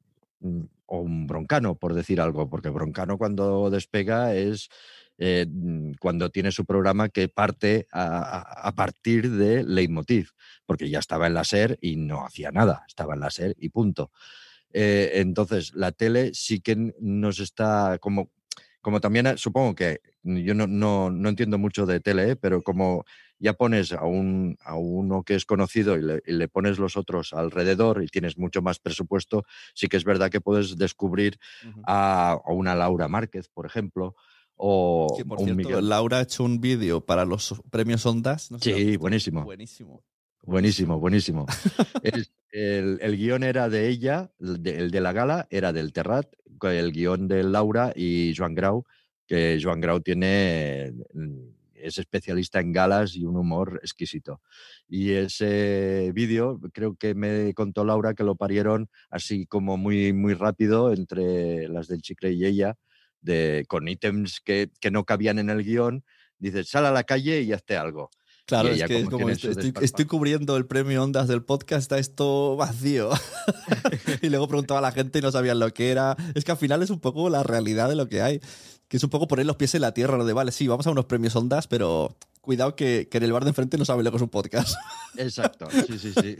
o un Broncano, por decir algo, porque Broncano cuando despega es eh, cuando tiene su programa que parte a, a partir de Leitmotiv, porque ya estaba en la SER y no hacía nada, estaba en la SER y punto. Eh, entonces, la tele sí que nos está como... Como también supongo que yo no, no, no entiendo mucho de tele, ¿eh? Pero como ya pones a, un, a uno que es conocido y le, y le pones los otros alrededor y tienes mucho más presupuesto, sí que es verdad que puedes descubrir uh-huh. a, a una Laura Márquez, por ejemplo, o que, por un cierto, Miguel. Laura ha hecho un vídeo para los premios Ondas. No sé, sí, buenísimo. Buenísimo. Buenísimo, buenísimo. el, el, el guión era de ella, el de, el de la gala era del Terrat, el guión de Laura y Joan Grau, que Joan Grau tiene, es especialista en galas y un humor exquisito. Y ese vídeo, creo que me contó Laura que lo parieron así como muy, muy rápido entre las del Chicle y ella, de, con ítems que, que no cabían en el guión. Dices, sal a la calle y hazte algo. Claro, es que es como estoy, estoy, estoy cubriendo el premio Ondas del podcast, está esto vacío. Y luego preguntaba a la gente y no sabían lo que era. Es que al final es un poco la realidad de lo que hay. Que es un poco poner los pies en la tierra, lo de, vale, sí, vamos a unos premios Ondas, pero cuidado que, que en el bar de enfrente no sabe lo que es un podcast. Exacto, sí, sí, sí.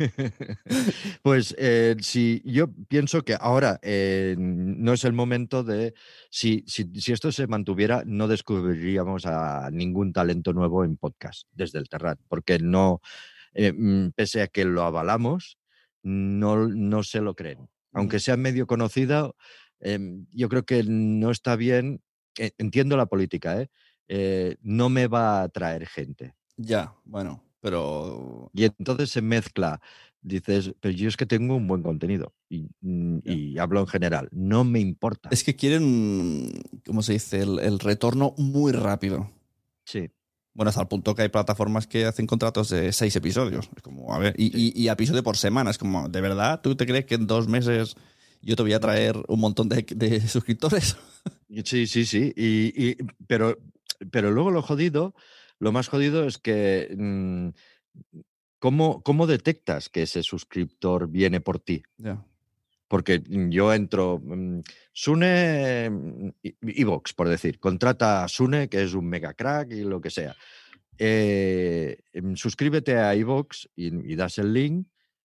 Pues eh, sí, yo pienso que ahora eh, no es el momento de... Si, si, si esto se mantuviera, no descubriríamos a ningún talento nuevo en podcast desde el Terrat, porque no, eh, pese a que lo avalamos, no, no se lo creen. Aunque sea medio conocido, eh, yo creo que no está bien. Eh, entiendo la política, ¿eh? Eh, no me va a atraer gente. Ya, bueno, pero... Y entonces se mezcla, dices, pero yo es que tengo un buen contenido y, y hablo en general, no me importa. Es que quieren, ¿cómo se dice? El, el retorno muy rápido. Sí. Bueno, hasta el punto que hay plataformas que hacen contratos de seis episodios. Es como, a ver, y, sí. y, y episodio por semana. Es como, ¿de verdad tú te crees que en dos meses yo te voy a traer un montón de, de suscriptores? Sí, sí, sí. Y, y, pero, pero luego lo jodido, lo más jodido es que mmm, ¿cómo, ¿cómo detectas que ese suscriptor viene por ti? Yeah. Porque yo entro, um, Sune, iVoox, por decir, contrata a Sune, que es un mega crack y lo que sea. Eh, suscríbete a iVoox y, y das el link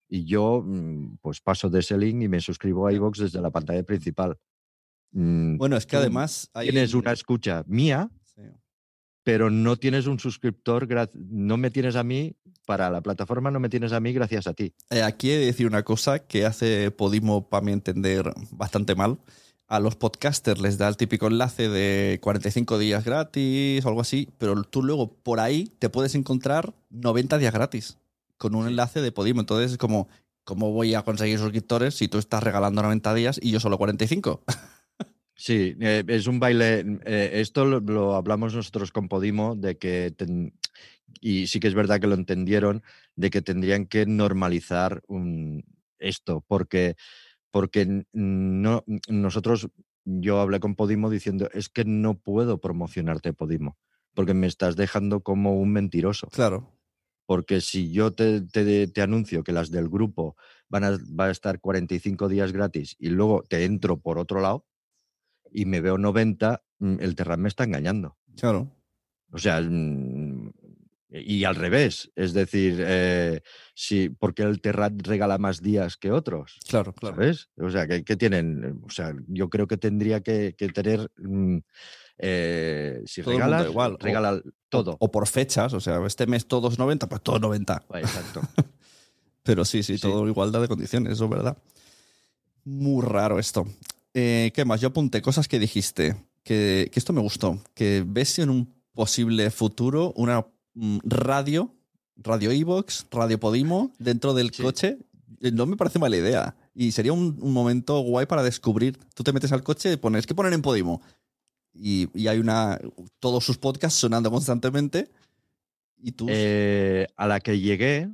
Y yo mm, pues paso de ese link y me suscribo a iVoox desde la pantalla principal. Mm, Bueno, es que tú además hay... tienes una escucha mía, Sí. pero no tienes un suscriptor, gra- no me tienes a mí, para la plataforma no me tienes a mí gracias a ti. Eh, aquí he de decir una cosa que hace Podimo, para mi entender, bastante mal. A los podcasters les da el típico enlace de cuarenta y cinco días gratis o algo así, pero tú luego por ahí te puedes encontrar noventa días gratis con un Sí. enlace de Podimo. Entonces es como, ¿cómo voy a conseguir suscriptores si tú estás regalando noventa días y yo solo cuarenta y cinco? Sí, eh, es un baile. eh, esto lo, lo hablamos nosotros con Podimo, de que, ten- y sí que es verdad que lo entendieron, de que tendrían que normalizar un- esto, porque, porque n- no, nosotros, yo hablé con Podimo diciendo, es que no puedo promocionarte Podimo, porque me estás dejando como un mentiroso. Claro, Porque si yo te, te- te anuncio que las del grupo van a, va a estar cuarenta y cinco días gratis y luego te entro por otro lado y me veo noventa, mm, el Terrat me está engañando. claro. O sea, mm, y al revés. Es decir, eh, sí, porque el Terrat regala más días que otros. Claro, claro. ¿Sabes? O sea, que, que tienen. O sea, yo creo que tendría que, que tener. mm, eh, si Todo el mundo regalas, igual. O- regala todo. O, o por fechas, o sea, este mes todos noventa, pues todos noventa. Exacto. Pero sí, sí, Sí, sí. todo igualdad de condiciones, eso es verdad. Muy raro esto. Eh, ¿Qué más? Yo apunté cosas que dijiste, que, que esto me gustó, que ves en un posible futuro una mm, radio, radio iVoox, radio Podimo, dentro del Sí. coche. Eh, No me parece mala idea. Y sería un, un momento guay para descubrir. Tú te metes al coche y pones, ¿qué poner en Podimo? Y, y hay una todos sus podcasts sonando constantemente. Y tú... Eh, a la que llegué,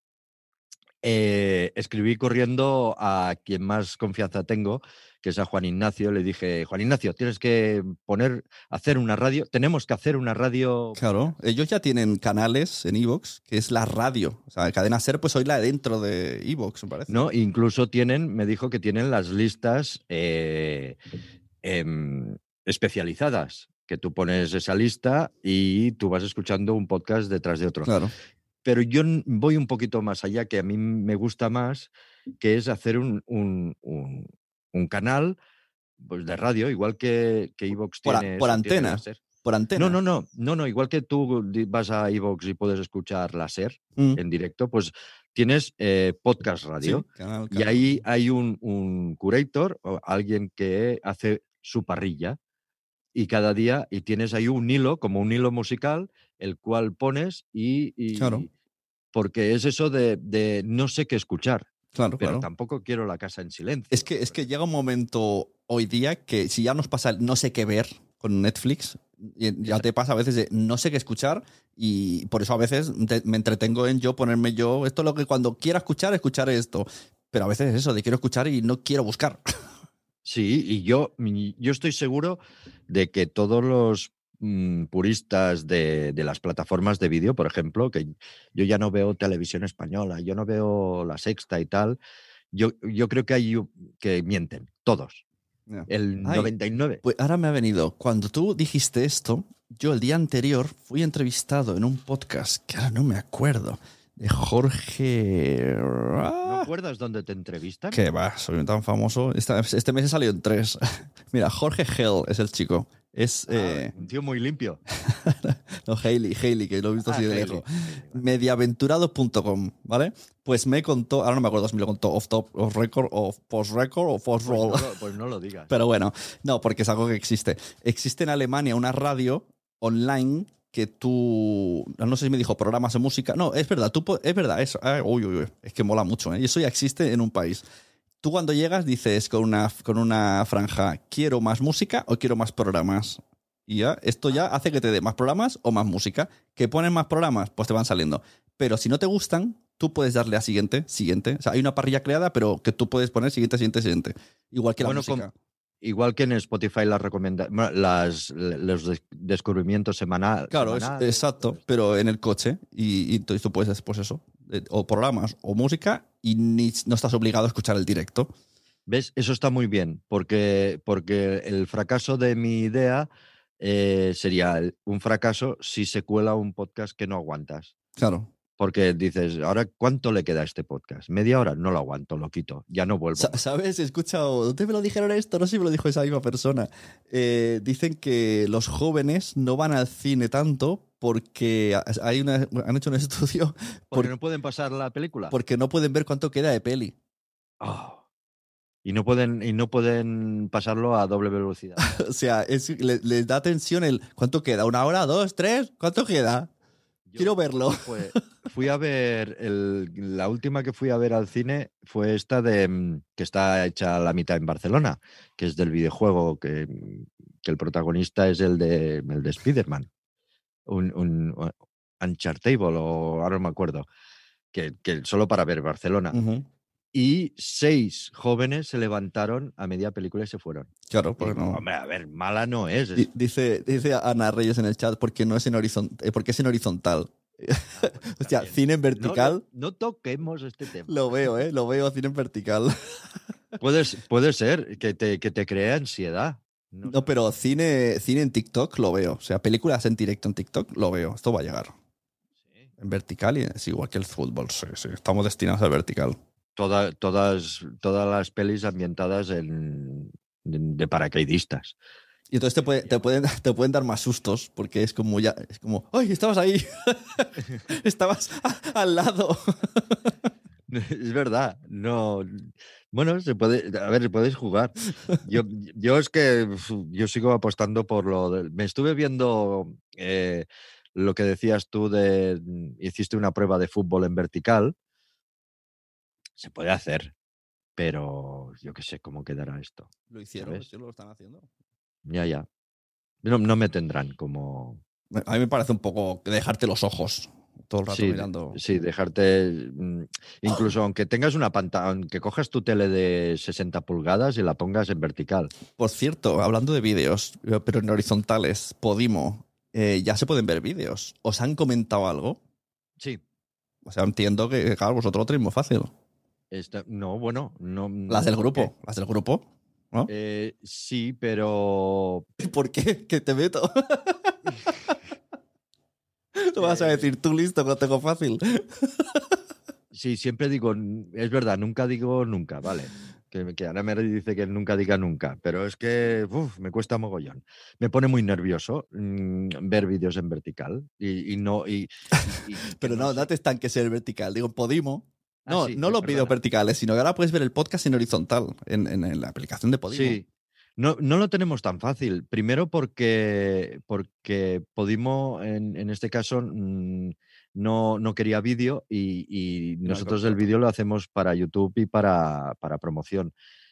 eh, escribí corriendo a quien más confianza tengo, que es a Juan Ignacio. Le dije, Juan Ignacio, tienes que poner, hacer una radio, tenemos que hacer una radio. Claro, ellos ya tienen canales en iVoox, que es la radio. O sea, Cadena Ser, pues hoy la dentro de iVoox, me parece. ¿No? Incluso tienen, me dijo que tienen las listas eh, em, especializadas, que tú pones esa lista y tú vas escuchando un podcast detrás de otro. Claro, Pero yo n- voy un poquito más allá, que a mí me gusta más, que es hacer un, un- un- un canal pues, de radio, igual que, que iVoox por, a- tiene, por eso, tiene antena. la SER. Por antena. No, no, no, no, no, igual que tú di- vas a iVoox y puedes escuchar la SER Mm, en directo, pues tienes eh, podcast sí, radio. canal, Y canal. ahí hay un, un curator, o alguien que hace su parrilla. Y cada día, y tienes ahí un hilo, como un hilo musical, el cual pones y... y- Claro. Porque es eso de, de no sé qué escuchar, Claro, pero claro. tampoco quiero la casa en silencio. Es que, es que llega un momento hoy día que si ya nos pasa el no sé qué ver con Netflix, y ya te pasa a veces de no sé qué escuchar y por eso a veces te- me entretengo en yo ponerme yo, esto es lo que cuando quiera escuchar, escuchar esto. Pero a veces es eso, de quiero escuchar y no quiero buscar. Sí, y yo, y yo estoy seguro de que todos los mm, puristas de, de las plataformas de vídeo, por ejemplo, que yo ya no veo televisión española, yo no veo La Sexta y tal, yo, yo creo que hay u- que mienten, todos, el Ay, noventa y nueve. Pues ahora me ha venido. Cuando tú dijiste esto, yo el día anterior fui entrevistado en un podcast que ahora no me acuerdo, de Jorge... ¿No Ah, acuerdas dónde te entrevistan? ¿Qué va? Soy tan famoso. Esta- este mes he salido en tres. Mira, Jorge Hell es el chico. Es... Ah, eh, un tío muy limpio. no, Hailey, Hailey, que lo he visto Ah, así de Hailey, lejos. Hailey, vale. mediaventurado punto com, ¿vale? Pues me contó, ahora no me acuerdo si me lo contó off top, off record, off post record o post Pues roll. no, lo, pues no lo digas. Pero bueno, no, porque es algo que existe. Existe en Alemania una radio online que tú, no sé si me dijo programas de música. No, es verdad, tú po- es verdad, eso. Ah, uy, uy, uy, es que mola mucho, ¿eh? Y eso ya existe en un país. Tú cuando llegas dices con una, con una franja, ¿quiero más música o quiero más programas? Y ya, esto ya hace que te dé más programas o más música. ¿Que ponen más programas? Pues te van saliendo. Pero si no te gustan, tú puedes darle a siguiente, siguiente. O sea, hay una parrilla creada, pero que tú puedes poner siguiente, siguiente, siguiente. Igual que la Bueno, música. com- igual que en Spotify las recomienda, bueno, las, los des- descubrimientos semana- Claro, es- semanales. exacto, pero en el coche. Y, y entonces tú puedes, pues eso, eh, o programas o música y ni, no estás obligado a escuchar el directo. ¿Ves? Eso está muy bien, porque, porque el fracaso de mi idea eh, sería el- un fracaso si se cuela un podcast que no aguantas. Claro. Porque dices, ¿ahora cuánto le queda a este podcast? ¿Media hora? No lo aguanto, lo quito. Ya no vuelvo. Sa- ¿Sabes? He escuchado, ¿dónde me lo dijeron esto? No sé si me lo dijo esa misma persona. Eh, dicen que los jóvenes no van al cine tanto porque hay una, han hecho un estudio Porque por- no pueden pasar la película. porque no pueden ver cuánto queda de peli. Oh. Y no pueden, y no pueden pasarlo a doble velocidad. O sea, es- le- les da tensión el ¿cuánto queda? ¿Una hora? ¿Dos? ¿Tres? ¿Cuánto queda? Yo Quiero verlo. fue- fui a ver, el- la última que fui a ver al cine fue esta de mm, que está hecha a la mitad en Barcelona, que es del videojuego, que, que el protagonista es el de, el de Spider-Man. Un, un, un Uncharted o ahora no me acuerdo. Que, que solo para ver Barcelona. Ujú. Y seis jóvenes se levantaron a media película y se fueron. Claro, Y porque digo, no. hombre, a ver, mala no es. es- Di- Dice, dice Ana Reyes en el chat porque no es en horizontal, porque es en horizontal. Hostia, también. cine en No, vertical. no, no toquemos este tema. Lo veo, ¿eh? Lo veo cine en vertical. Puede, puede ser que te, que te cree ansiedad. No, No, pero cine, cine en TikTok lo veo. O sea, películas en directo en TikTok lo veo. Esto va a llegar. sé. En vertical y es igual que el fútbol. Sí, sí. Estamos destinados al vertical. Toda- todas, todas las pelis ambientadas en, de, de paracaidistas. Y entonces te, puede- te pueden, te pueden dar más sustos porque es como ya, es como, ¡ay, estabas ahí! Estabas a- al lado. Es verdad, no. Bueno, se puede, a ver, se puedes jugar. Yo, yo es que uf, yo sigo apostando por lo de, me estuve viendo eh, lo que decías tú de hiciste una prueba de fútbol en vertical. Se puede hacer, pero yo qué sé cómo quedará esto. Lo hicieron, ¿Sabes? sí lo están haciendo. Ya, ya. No, no me tendrán como. A mí me parece un poco dejarte los ojos todo el rato Sí, mirando. sí, dejarte. mm, Incluso aunque tengas una pantalla, aunque cojas tu tele de sesenta pulgadas y la pongas en vertical. Por cierto, hablando de vídeos, pero en horizontales, Podimo, eh, ya se pueden ver vídeos. ¿Os han comentado algo? Sí. O sea, entiendo que, claro, vosotros lo tenéis muy fácil. Esta- no, bueno, no. Las del ¿por grupo, qué? las del grupo, ¿no? Eh, sí, pero. ¿Por qué? ¿Qué te meto? Tú vas a decir, tú listo, que lo tengo fácil. Sí, siempre digo, es verdad, nunca digo nunca, vale. Que, que Ana me dice que nunca diga nunca, pero es que uf, me cuesta mogollón. Me pone muy nervioso mm, ver vídeos en vertical y, y no. Y, y- y que Pero no, sé. no te estanques en el vertical. Digo, Podimo. Ah, No, sí, no sí, los perdona. vídeos verticales, sino que ahora puedes ver el podcast en horizontal, en, en- en la aplicación de Podimo. Sí. No, no lo tenemos tan fácil. Primero porque, porque Podimo, en, en este caso, mm, no, no quería vídeo y, y no hay nosotros el contrato. vídeo lo hacemos para YouTube y para, para promoción.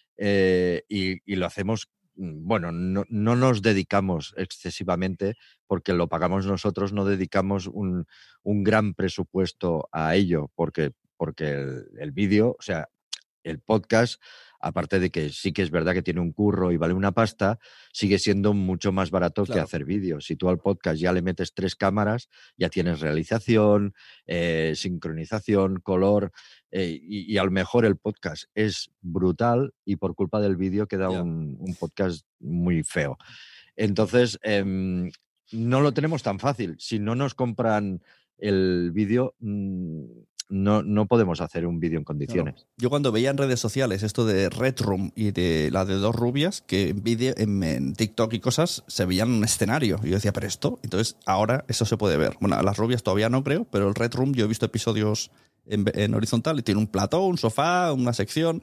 Eh, y, y lo hacemos, mm, bueno, no, no nos dedicamos excesivamente porque lo pagamos nosotros, no dedicamos un, un gran presupuesto a ello porque, porque el, el vídeo, o sea, el podcast, aparte de que sí que es verdad que tiene un curro y vale una pasta, sigue siendo mucho más barato Claro. que hacer vídeos. Si tú al podcast ya le metes tres cámaras, ya tienes realización, eh, sincronización, color, eh, y, y a lo mejor el podcast es brutal y por culpa del vídeo queda Ya. un, un podcast muy feo. Entonces, em, no lo tenemos tan fácil. Si no nos compran el vídeo, mm, no, no podemos hacer un vídeo en condiciones. Claro. Yo cuando veía en redes sociales esto de Red Room y de la de dos rubias, que en, vídeo, en, en TikTok y cosas se veían un escenario. Y yo decía, pero esto, entonces ahora eso se puede ver. Bueno, las rubias todavía no creo, pero el Red Room yo he visto episodios en, en horizontal y tiene un plató, un sofá, una sección,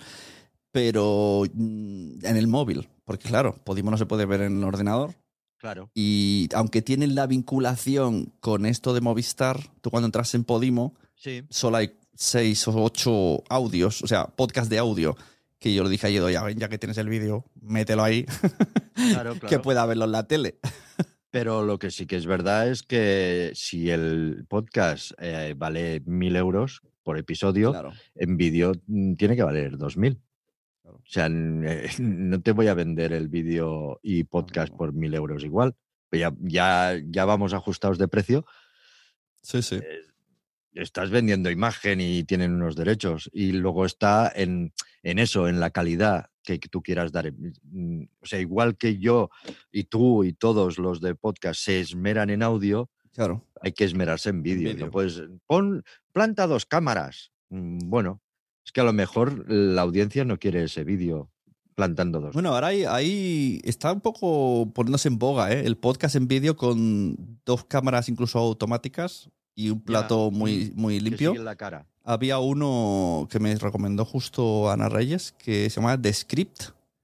pero mm, en el móvil. Porque claro, Podimo no se puede ver en el ordenador. Claro. Y aunque tienen la vinculación con esto de Movistar, tú cuando entras en Podimo, Sí. solo hay seis o ocho audios, o sea, podcast de audio, que yo le dije a Yedo, ya, ya que tienes el vídeo, mételo ahí, Claro, que claro. pueda verlo en la tele. Pero lo que sí que es verdad es que si el podcast eh, vale mil euros por episodio, Claro. en vídeo mm, tiene que valer dos mil. Claro. O sea, n- eh, no te voy a vender el vídeo y podcast no. por mil euros igual. Ya, ya, ya vamos ajustados de precio. Sí, sí. Eh, estás vendiendo imagen y tienen unos derechos. Y luego está en, en eso, en la calidad que tú quieras dar. O sea, igual que yo y tú y todos los de podcast se esmeran en audio, Claro. Hay que esmerarse en vídeo. vídeo. No puedes, pon, planta dos cámaras. Mm, Bueno, es que a lo mejor la audiencia no quiere ese vídeo plantando dos. Bueno, ahora hay, ahí está un poco poniéndose en boga, ¿eh? El podcast en vídeo con dos cámaras incluso automáticas y un plato Ya, muy, muy que limpio. siguen la cara. Había uno que me recomendó justo Ana Reyes que se llama The Script,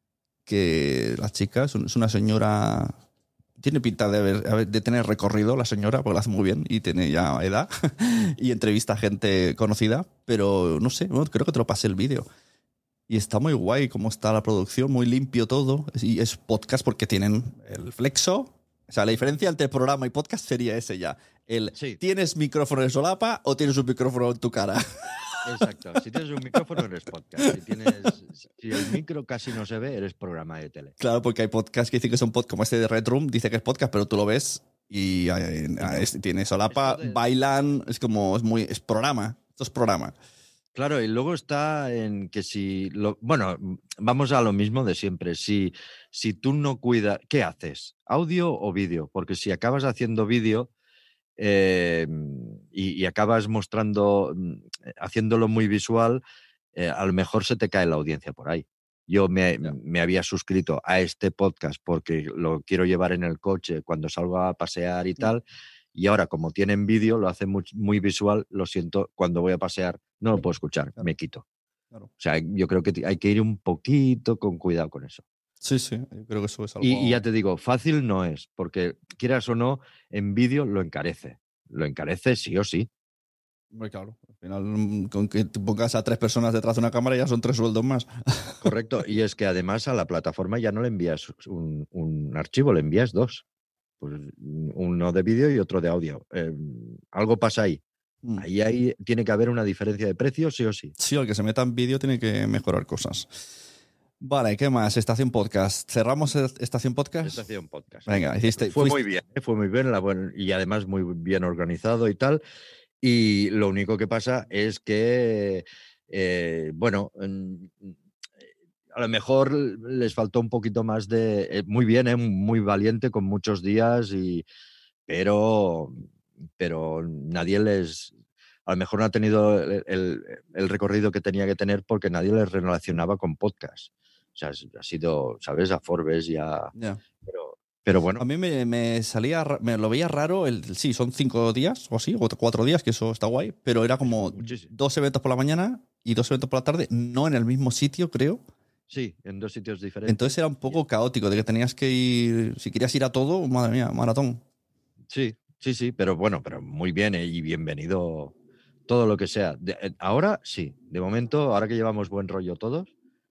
que la chica es, un- es una señora, tiene pinta de, haber- de tener recorrido la señora, porque lo hace muy bien y tiene ya edad y entrevista a gente conocida, pero no sé, bueno, creo que te lo pasé el vídeo. Y está muy guay cómo está la producción, muy limpio todo. Y es podcast porque tienen el flexo. O sea, la diferencia entre programa y podcast sería ese ya. El, Sí. ¿tienes micrófono en solapa o tienes un micrófono en tu cara? Exacto. Si tienes un micrófono, eres podcast. Si, tienes, si el micro casi no se ve, eres programa de tele. Claro, porque hay podcasts que dicen que son podcast, como este de Red Room, dice que es podcast, pero tú lo ves y eh, es- tiene solapa, Esto de- bailan, es como, es muy, es programa. Esto es programa. Claro, y luego está en que si, lo, bueno, vamos a lo mismo de siempre. Si, si tú no cuidas, ¿qué haces? ¿Audio o vídeo? Porque si acabas haciendo vídeo eh, y, y acabas mostrando, mm, haciéndolo muy visual, eh, a lo mejor se te cae la audiencia por ahí. Yo me, Ya. me había suscrito a este podcast porque lo quiero llevar en el coche cuando salgo a pasear y tal. Y ahora, como tienen vídeo, lo hacen muy, muy visual, lo siento, cuando voy a pasear no lo puedo escuchar, Claro. me quito. Claro. O sea, yo creo que t- hay que ir un poquito con cuidado con eso. Sí, sí, yo creo que eso es algo... Y, y ya te digo, fácil no es, porque quieras o no, en vídeo lo encarece. Lo encarece sí o sí. Hombre, claro, al final mm, con que te pongas a tres personas detrás de una cámara ya son tres sueldos más. Correcto. Y es que además a la plataforma ya no le envías un, un archivo, le envías dos. Pues uno de vídeo y otro de audio. Eh, algo pasa ahí. Mm. Ahí, ahí tiene que haber una diferencia de precio sí o sí. Sí, el que se meta en vídeo tiene que mejorar cosas. Vale, ¿qué más? Estación Podcast. ¿Cerramos e- Estación Podcast? Estación podcast. Venga, hiciste, Fue fuiste- muy bien, ¿eh? fue muy bien la buen- y además muy bien organizado y tal. Y lo único que pasa es que, eh, bueno, mm, a lo mejor les faltó un poquito más de... eh, muy bien, ¿eh? Muy valiente, con muchos días, y, pero, pero nadie les... A lo mejor no ha tenido el, el- el recorrido que tenía que tener porque nadie les relacionaba con podcast. O sea, ha sido, ¿sabes? A Forbes y a... Ya. Pero, pero bueno, A mí me, me salía, ra- me lo veía raro, el, sí, son cinco días o así, o cuatro días, que eso está guay, pero era como Muchísimo. dos eventos por la mañana y dos eventos por la tarde, no en el mismo sitio, creo. sí, en dos sitios diferentes. Entonces era un poco caótico, de que tenías que ir, si querías ir a todo, madre mía, maratón. Sí, sí, sí, pero bueno, pero muy bien, eh, y bienvenido todo lo que sea. De- eh, ahora sí, de momento, ahora que llevamos buen rollo todos,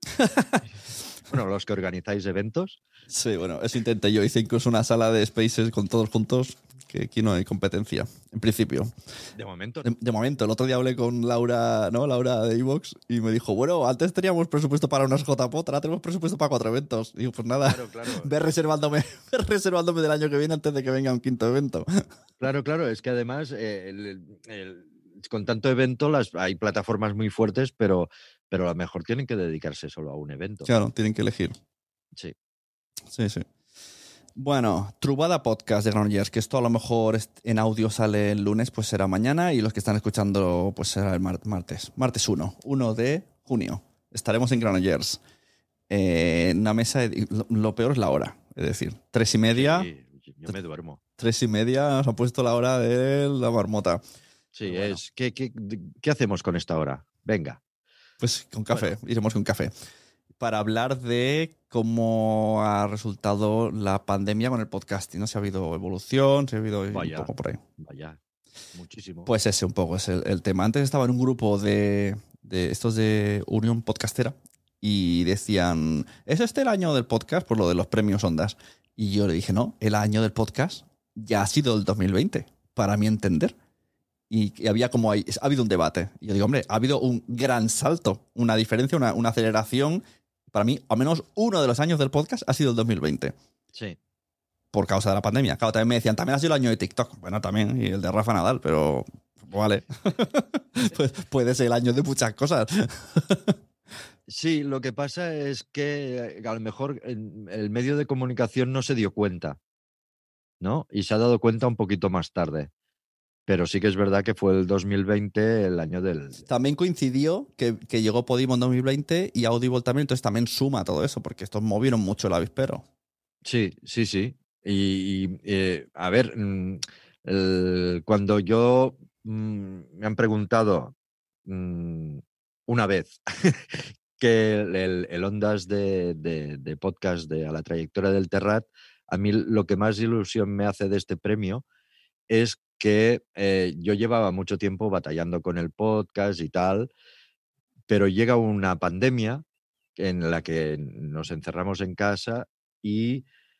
bueno, los que organizáis eventos, Sí, bueno, eso intenté yo. Hice incluso una sala de spaces con todos juntos, que aquí no hay competencia, en principio. de momento, De, de momento, el otro día hablé con Laura, ¿no? Laura de Evox, y me dijo, bueno, antes teníamos presupuesto para unas J P O T, ahora tenemos presupuesto para cuatro eventos. Y digo, pues nada, claro, claro. ve reservándome, ve reservándome del año que viene antes de que venga un quinto evento. Claro, claro, es que además eh, el- el- con tanto evento las, hay plataformas muy fuertes, pero, pero a lo mejor tienen que dedicarse solo a un evento. Claro, tienen que elegir. Sí. Sí, sí. Bueno, Trubada Podcast de Granollers, que esto a lo mejor est- en audio sale el lunes, pues será mañana, y los que están escuchando, pues será el mar- martes. Martes uno, uno de junio. Estaremos en Granollers. Eh, en una mesa, de- lo, lo peor es la hora, es decir, tres y media. Sí, yo me duermo. Tres y media nos han puesto la hora de la marmota. Sí, Pero bueno. es. ¿qué, qué, ¿Qué hacemos con esta hora? Venga. Pues con café, iremos con café. Para hablar de cómo ha resultado la pandemia con el podcasting, ¿no? Si ha habido evolución, si ha habido Vaya. un poco por ahí. Vaya, muchísimo. Pues ese un poco es el, el tema. Antes estaba en un grupo de, de estos de Unión Podcastera y decían, ¿es este el año del podcast? Por lo de los premios Ondas. Y yo le dije, no, el año del podcast ya ha sido el dos mil veinte, para mi entender. Y, y había como ahí, ha habido un debate. Y yo digo, hombre, ha habido un gran salto, una diferencia, una, una aceleración. Para mí, al menos uno de los años del podcast ha sido el dos mil veinte. Sí. Por causa de la pandemia. Claro, también me decían, también ha sido el año de TikTok. Bueno, también, y el de Rafa Nadal, pero vale. Pues puede ser el año de muchas cosas. Sí, lo que pasa es que a lo mejor en- el medio de comunicación no se dio cuenta ¿no? Y se ha dado cuenta un poquito más tarde. Pero sí que es verdad que fue el dos mil veinte el año del... También coincidió que, que llegó Podimo en dos mil veinte y Audible también, entonces también suma todo eso, porque estos movieron mucho el avispero. Sí, sí, sí. Y, y, eh, a ver, mm, el- cuando yo mm, me han preguntado mm, una vez que el, el- el Ondas de, de- de podcast de A la trayectoria del Terrat, a mí lo que más ilusión me hace de este premio es que eh, yo llevaba mucho tiempo batallando con el podcast y tal, pero llega una pandemia en la que nos encerramos en casa y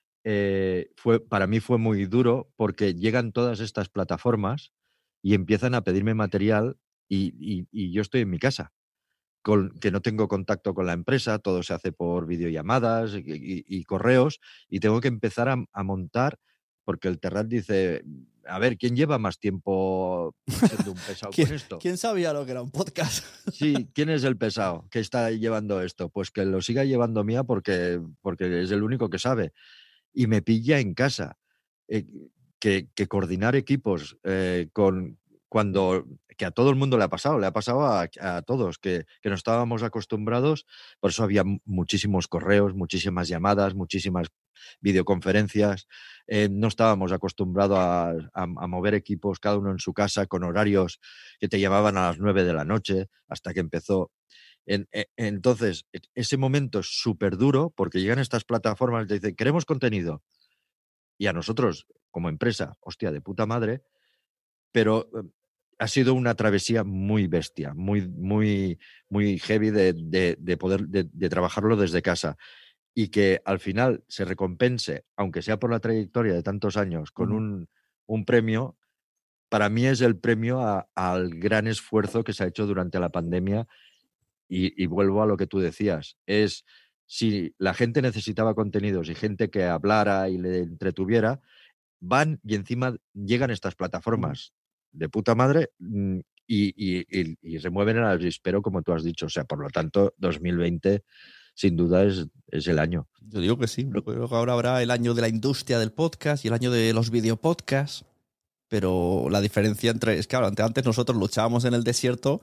eh, fue, para mí fue muy duro porque llegan todas estas plataformas y empiezan a pedirme material y, y- y yo estoy en mi casa, con, que no tengo contacto con la empresa, todo se hace por videollamadas y, y- y correos y tengo que empezar a, a montar porque el Terrat dice, a ver, ¿quién lleva más tiempo siendo un pesado ¿Quién, con esto? quién sabía lo que era un podcast? Sí, ¿quién es el pesado que está llevando esto? Pues que lo siga llevando Mía porque, porque es el único que sabe. Y me pilla en casa. Eh, que, que coordinar equipos eh, con cuando que a todo el mundo le ha pasado, le ha pasado a, a todos, que, que no estábamos acostumbrados, por eso había mu- muchísimos correos, muchísimas llamadas, muchísimas videoconferencias, eh, no estábamos acostumbrados a, a- a mover equipos, cada uno en su casa, con horarios que te llamaban a las nueve de la noche, hasta que empezó. En- e- entonces, e- ese momento es súper duro porque llegan estas plataformas y te dicen, queremos contenido. Y a nosotros, como empresa, hostia, de puta madre, pero eh, ha sido una travesía muy bestia, muy, muy, muy heavy de, de- de poder de, de trabajarlo desde casa. Y que al final se recompense, aunque sea por la trayectoria de tantos años, con Ujú. un, un premio, para mí es el premio a- al gran esfuerzo que se ha hecho durante la pandemia y, y vuelvo a lo que tú decías, es si la gente necesitaba contenidos y gente que hablara y le entretuviera, van y encima llegan estas plataformas de puta madre mm, y, y, y, y remueven el avispero, como tú has dicho. O sea, por lo tanto, dos mil veinte sin duda es, es el año. Yo digo que sí. Creo que ahora habrá el año de la industria del podcast y el año de los videopodcasts. Pero la diferencia entre... Es que claro, antes nosotros luchábamos en el desierto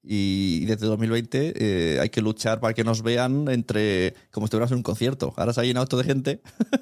y desde dos mil veinte eh, hay que luchar para que nos vean entre como si estuvieras en un concierto. Ahora se ha llenado esto de gente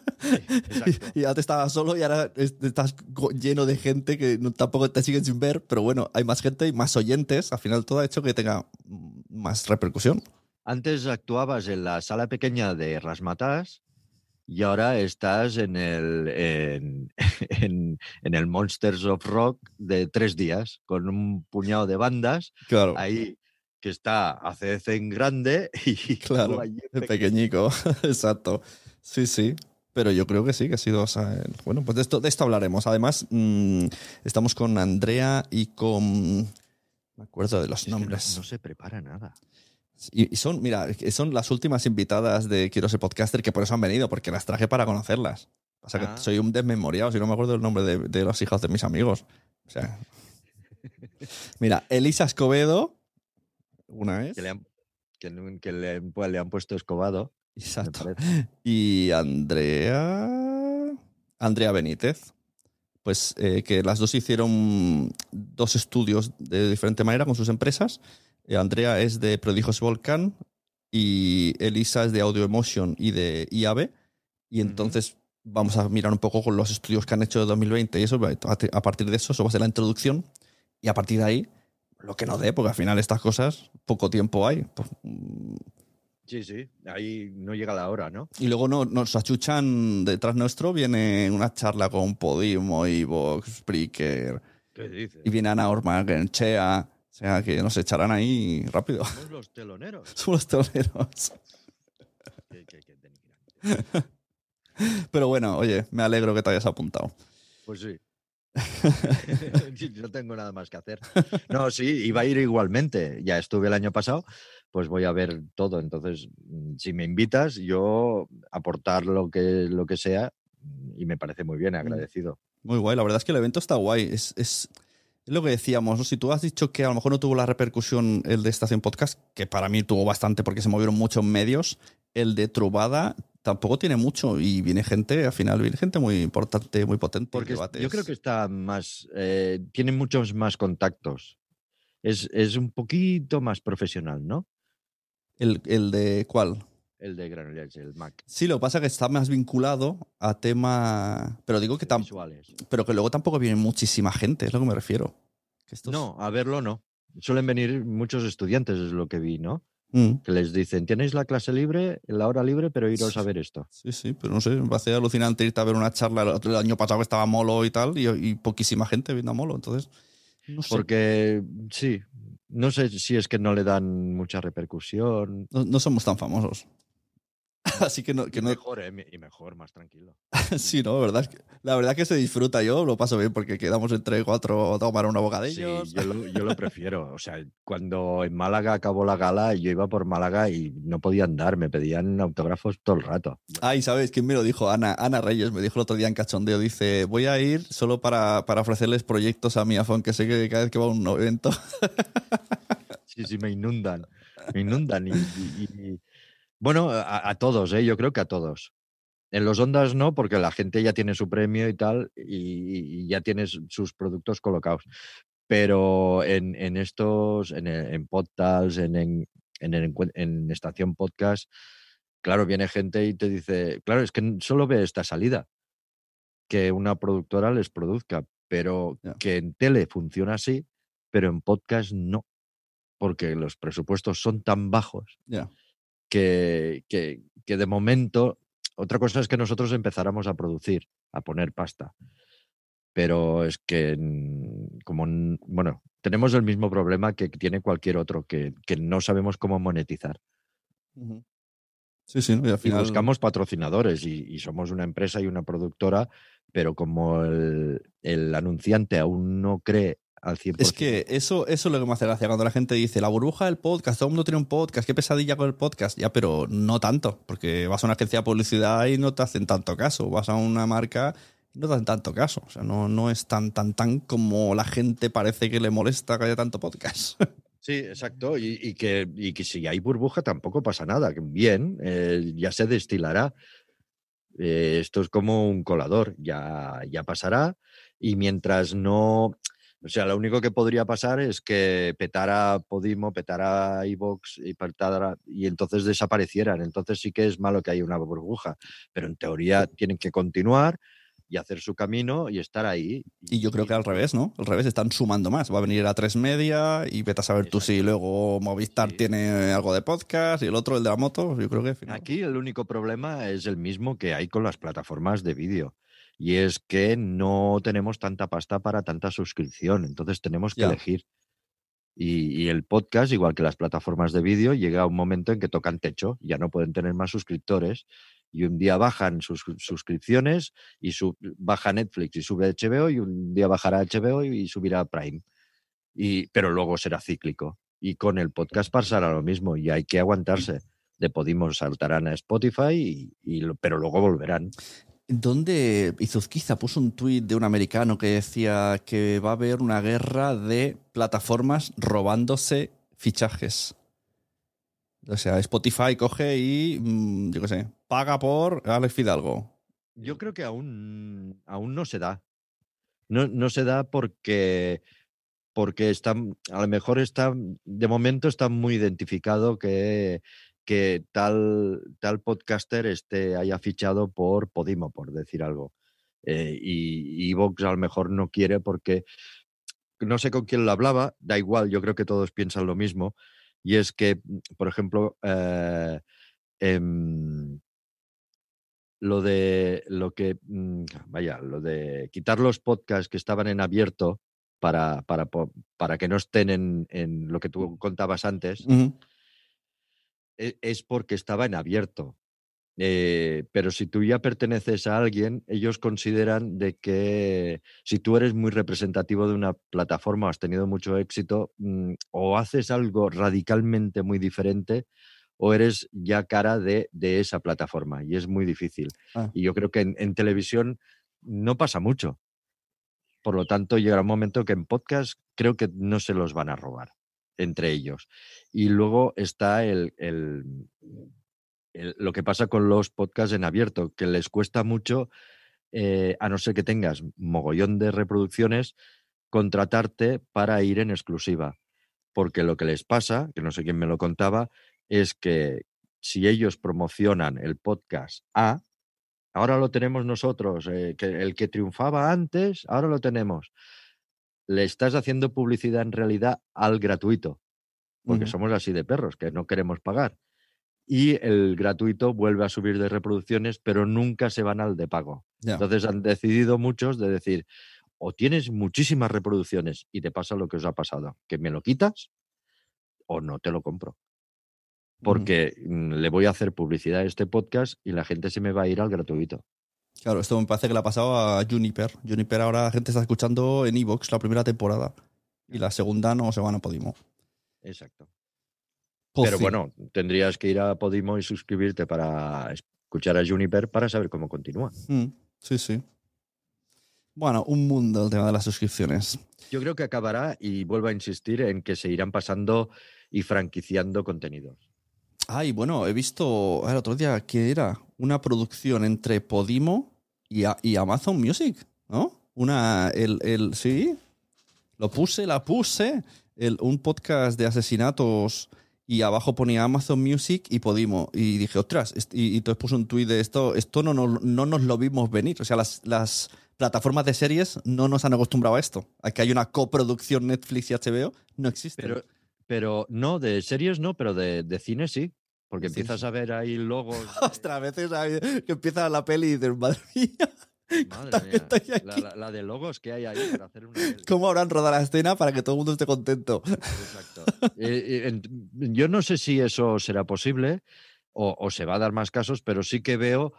y antes estabas solo y ahora estás lleno de gente que no, tampoco te siguen sin ver, pero bueno, hay más gente y más oyentes. Al final todo ha hecho que tenga más repercusión. Antes actuabas en la sala pequeña de Rasmatas y ahora estás en el, en, en, en el Monsters of Rock de tres días, con un puñado de bandas Claro. ahí que está A C D C en grande y claro, tú allí en pequeñico. Exacto. Sí, sí. Pero yo creo que sí, que ha sido... O sea, bueno, pues de esto, de esto hablaremos. Además, mmm, estamos con Andrea y con... Me acuerdo de los es que nombres. No, no se prepara nada. Y, y son, mira, son las últimas invitadas de Quiero ser podcaster que por eso han venido, porque las traje para conocerlas. O sea, Ah. que soy un desmemoriado, si no me acuerdo el nombre de, de los hijos de mis amigos. O sea... Mira, Elisa Escobedo, una vez. Que le han, que, que le, pues, le han puesto Escobado. Exacto. Y Andrea... Andrea Benítez. Pues eh, que las dos hicieron dos estudios de diferente manera con sus empresas. Eh, Andrea es de Prodigious Volcan y Elisa es de Audio Emotion y de I A B. Y entonces uh-huh. vamos a mirar un poco con los estudios que han hecho de dos mil veinte y eso. A partir de eso, eso va a ser la introducción. Y a partir de ahí, lo que nos dé, porque al final estas cosas, poco tiempo hay. Sí, sí, ahí no llega la hora, ¿no? Y luego no, nos achuchan detrás nuestro, viene una charla con Podimo, iVoox, Spreaker. ¿Qué dices? Y viene Ana Ormagen, Chea. O sea, que nos echarán ahí rápido. Somos los teloneros. Somos los teloneros. Qué, qué, qué denigrante. Pero bueno, oye, me alegro que te hayas apuntado. Pues sí. No tengo nada más que hacer. No, sí, iba a ir igualmente. Ya estuve el año pasado, pues voy a ver todo. Entonces, si me invitas, yo aportar lo que, lo que sea y me parece muy bien, agradecido. Muy guay, la verdad es que el evento está guay. Es, es, es lo que decíamos, ¿no? Si tú has dicho que a lo mejor no tuvo la repercusión el de Estación Podcast, que para mí tuvo bastante porque se movieron muchos medios, el de Trubada tampoco tiene mucho y viene gente, al final viene gente muy importante, muy potente. Porque debates. yo creo que está más, eh, tiene muchos más contactos. Es, es un poquito más profesional, ¿no? ¿El, el de cuál? El de Granollers, el Mac. Sí, lo que pasa es que está más vinculado a tema. Pero digo que tam... visuales. Pero que luego tampoco viene muchísima gente, es lo que me refiero. Que estos... No, a verlo no. Suelen venir muchos estudiantes, es lo que vi, ¿no? Mm. Que les dicen, tenéis la clase libre, la hora libre, pero iros a ver esto. Sí, sí, pero no sé, me parece alucinante irte a ver una charla. El año pasado que estaba Molo y tal, y, y poquísima gente viendo a Molo, entonces. No sé. Porque, sí, no sé si es que no le dan mucha repercusión. No, no somos tan famosos. Así que no. Que y, no... Mejor, ¿eh? Y mejor, más tranquilo. Sí, no, verdad es que, la verdad es que se disfruta. Yo lo paso bien porque quedamos entre cuatro a tomar una bocadillo. Sí, yo lo, yo lo prefiero. O sea, cuando en Málaga acabó la gala, yo iba por Málaga y no podía andar, me pedían autógrafos todo el rato. Ay, ¿sabes quién me lo dijo? Ana, Ana Reyes me dijo el otro día en cachondeo. Dice, voy a ir solo para, para ofrecerles proyectos a mi afón, que sé que cada vez que va a un evento. Sí, sí, me inundan. Me inundan. Y, y, y... Bueno, a, a todos, ¿eh? Yo creo que a todos. En los Ondas no, porque la gente ya tiene su premio y tal, y, y ya tiene sus productos colocados. Pero en, en estos, en, en Podtals, en, en, en, en Estación Podcast, claro, viene gente y te dice, claro, es que solo ve esta salida, que una productora les produzca, pero yeah. que en tele funciona así, pero en podcast no, porque los presupuestos son tan bajos yeah. que, que, que de momento... Otra cosa es que nosotros empezáramos a producir, a poner pasta. Pero es que, como, bueno, tenemos el mismo problema que tiene cualquier otro, que, que no sabemos cómo monetizar. Uh-huh. Sí, sí, ¿no? Y al final... Y buscamos patrocinadores y, y somos una empresa y una productora, pero como el, el anunciante aún no cree al cien por ciento. Es que eso, eso es lo que me hace gracia cuando la gente dice la burbuja del podcast, todo el mundo tiene un podcast, qué pesadilla con el podcast. Ya, pero no tanto, porque vas a una agencia de publicidad y no te hacen tanto caso, vas a una marca y no te hacen tanto caso. O sea, no, no es tan, tan, tan como la gente parece que le molesta que haya tanto podcast. Sí, exacto, y, y, que, y que si hay burbuja tampoco pasa nada, bien, eh, ya se destilará. Eh, esto es como un colador, ya, ya pasará, y mientras no... O sea, lo único que podría pasar es que petara Podimo, petara iVoox y petara, y entonces desaparecieran. Entonces sí que es malo que haya una burbuja, pero en teoría tienen que continuar y hacer su camino y estar ahí. Y yo creo que al revés, ¿no? Al revés, están sumando más. Va a venir a tres Media y vete a saber Exacto. tú si luego Movistar sí. tiene algo de podcast y el otro, el de la moto. Yo creo que... Final... Aquí el único problema es el mismo que hay con las plataformas de vídeo. Y es que no tenemos tanta pasta para tanta suscripción, entonces tenemos que yeah. elegir. Y, y el podcast, igual que las plataformas de vídeo, llega a un momento en que tocan techo, ya no pueden tener más suscriptores, y un día bajan sus suscripciones, y sub, baja Netflix y sube H B O, y un día bajará H B O y, y subirá Prime. Y, pero luego será cíclico. Y con el podcast pasará lo mismo, y hay que aguantarse. De Podimo saltarán a Spotify, y, y, pero luego volverán. ¿Dónde Izuzquiza puso un tuit de un americano que decía que va a haber una guerra de plataformas robándose fichajes? O sea, Spotify coge y, yo qué sé, paga por Alex Fidalgo. Yo creo que aún, aún no se da. No, no se da porque, porque está, a lo mejor está, de momento está muy identificado que... que tal, tal podcaster esté, haya fichado por Podimo, por decir algo. Eh, y iVoox a lo mejor no quiere porque no sé con quién lo hablaba, da igual, yo creo que todos piensan lo mismo, y es que, por ejemplo, eh, eh, lo de lo que vaya, lo de quitar los podcasts que estaban en abierto para, para, para que no estén en, en lo que tú contabas antes. Uh-huh. Es porque estaba en abierto. Eh, pero si tú ya perteneces a alguien, ellos consideran de que si tú eres muy representativo de una plataforma, has tenido mucho éxito, mmm, o haces algo radicalmente muy diferente, o eres ya cara de, de esa plataforma, y es muy difícil. Ah. Y yo creo que en, en televisión no pasa mucho. Por lo tanto, llegará un momento que en podcast creo que no se los van a robar entre ellos. Y luego está el, el, el, lo que pasa con los podcasts en abierto, que les cuesta mucho, eh, a no ser que tengas mogollón de reproducciones, contratarte para ir en exclusiva. Porque lo que les pasa, que no sé quién me lo contaba, es que si ellos promocionan el podcast A, ahora lo tenemos nosotros, eh, que el que triunfaba antes, ahora lo tenemos. Le estás haciendo publicidad en realidad al gratuito, porque Uh-huh. somos así de perros, que no queremos pagar. Y el gratuito vuelve a subir de reproducciones, pero nunca se van al de pago. Ya. Entonces han decidido muchos de decir, o tienes muchísimas reproducciones y te pasa lo que os ha pasado, que me lo quitas o no te lo compro. Porque mm, le voy a hacer publicidad a este podcast y la gente se me va a ir al gratuito. Claro, esto me parece que le ha pasado a Juniper. Juniper ahora la gente está escuchando en iVoox la primera temporada y la segunda no se van a Podimo. Exacto. Pues Pero sí. bueno, tendrías que ir a Podimo y suscribirte para escuchar a Juniper para saber cómo continúa. Mm, sí, sí. Bueno, un mundo el tema de las suscripciones. Yo creo que acabará, y vuelvo a insistir en que se irán pasando y franquiciando contenidos. Ay, bueno, he visto el otro día que era una producción entre Podimo y, a- y Amazon Music, ¿no? Una, el, el, sí, lo puse, la puse, el, un podcast de asesinatos y abajo ponía Amazon Music y Podimo. Y dije, ostras, est- y, y entonces puse un tuit de esto, esto no, no, no nos lo vimos venir. O sea, las, las plataformas de series no nos han acostumbrado a esto. A que hay una coproducción Netflix y H B O, no existe. Pero, pero no, de series no, pero de, de cine sí. Porque De cine empiezas sí. a ver ahí logos. de- Ostras, a veces hay- que empieza la peli y dices, madre mía, Madre ¿cuánta mía, gente hay la, aquí? la- la de logos que hay ahí para hacer una peli. ¿Cómo habrán rodado la escena para que todo el mundo esté contento? Exacto. Eh, eh, en- yo no sé si eso será posible o, o se va a dar más casos, pero sí que veo,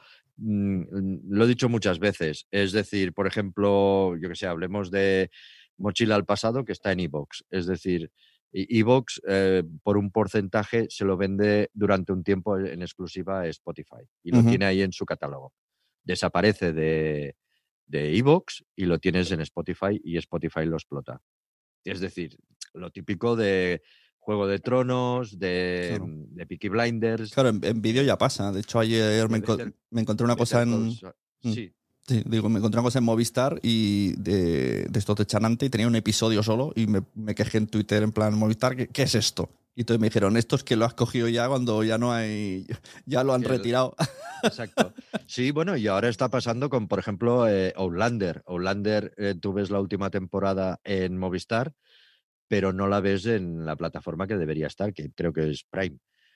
mm, lo he dicho muchas veces, es decir, por ejemplo, yo que sé, hablemos de Mochila al pasado, que está en iVoox. Es decir, i- iVoox eh, por un porcentaje se lo vende durante un tiempo en exclusiva a Spotify y lo Ujú. tiene ahí en su catálogo. Desaparece de de iVoox y lo tienes en Spotify y Spotify lo explota. Es decir, lo típico de Juego de Tronos, de, Claro. de Peaky Blinders. Claro, en, en vídeo ya pasa. De hecho, ayer me, de enco- Better- me encontré una cosa Better en... Call Saul. Mm. Sí, Sí, digo, me encontré una cosa en Movistar y de, de esto de Chanante y tenía un episodio solo y me, me quejé en Twitter en plan, Movistar, ¿qué, qué es esto? Y entonces me dijeron, esto es que lo has cogido ya cuando ya no hay... Ya lo han Que el- retirado. exacto. Sí, bueno, y ahora está pasando con, por ejemplo, eh, Outlander. Outlander, eh, tú ves la última temporada en Movistar, pero no la ves en la plataforma que debería estar, que creo que es Prime.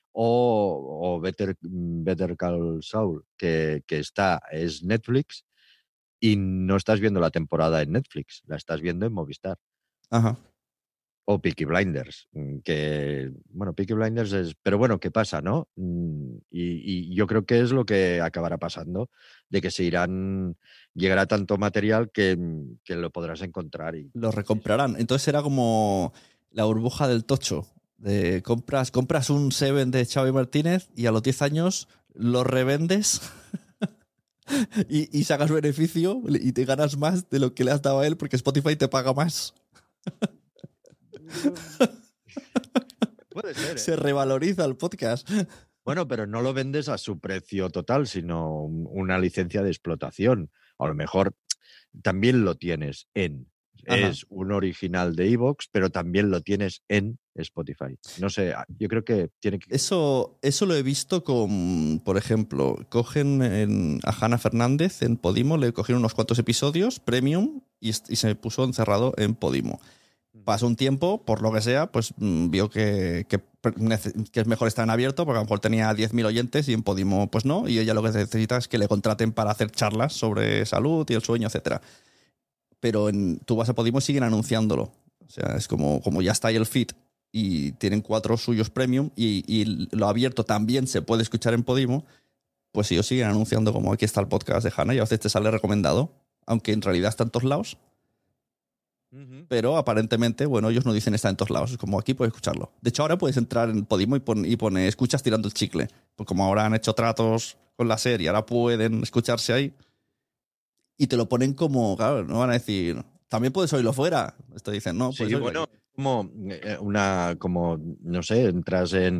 O, o Better, Better Call Saul, que, que está, es Netflix, y no estás viendo la temporada en Netflix, la estás viendo en Movistar. Ajá. O Peaky Blinders, mm, que, bueno, Peaky Blinders es, pero bueno, ¿qué pasa, no? Mm, Y, y yo creo que es lo que acabará pasando, de que se irán, llegará tanto material que, mm, que lo podrás encontrar. Y, Lo recomprarán. Entonces era como la burbuja del tocho. De compras, compras un Seven de Xavi Martínez y a los diez años lo revendes y, y sacas beneficio y te ganas más de lo que le has dado a él porque Spotify te paga más. Puede ser, ¿eh? Se revaloriza el podcast. Bueno, pero no lo vendes a su precio total, sino un- una licencia de explotación. A lo mejor también lo tienes en. Ajá. Es un original de iVoox, pero también lo tienes en Spotify. No sé, yo creo que tiene que... Eso, eso lo he visto con, por ejemplo, cogen en- a Hanna Fernández en Podimo, le cogieron unos cuantos episodios premium y, est- y se puso encerrado en Podimo. Pasó un tiempo, por lo que sea, pues mm, vio que, que, nece- que es mejor estar en abierto, porque a lo mejor tenía diez mil oyentes y en Podimo pues no, y ella lo que necesita es que le contraten para hacer charlas sobre salud y el sueño, etcétera. Pero en, tú vas a Podimo y siguen anunciándolo. O sea, es como, como ya está ahí el feed y tienen cuatro suyos premium y, y lo abierto también se puede escuchar en Podimo, pues ellos siguen anunciando como aquí está el podcast de Hanna y a veces te sale recomendado, aunque en realidad está en todos lados. Ujú. Pero aparentemente, bueno, ellos no dicen está en todos lados. Es como aquí puedes escucharlo. De hecho, ahora puedes entrar en Podimo y, pon, y pone escuchas tirando el chicle. Pues como ahora han hecho tratos con la serie, ahora pueden escucharse ahí. Y te lo ponen como, claro, no van a decir, también puedes oírlo fuera. Esto dicen, no, Sí, puedes oírlo bueno, aquí. como eh, una, como, no sé, entras en,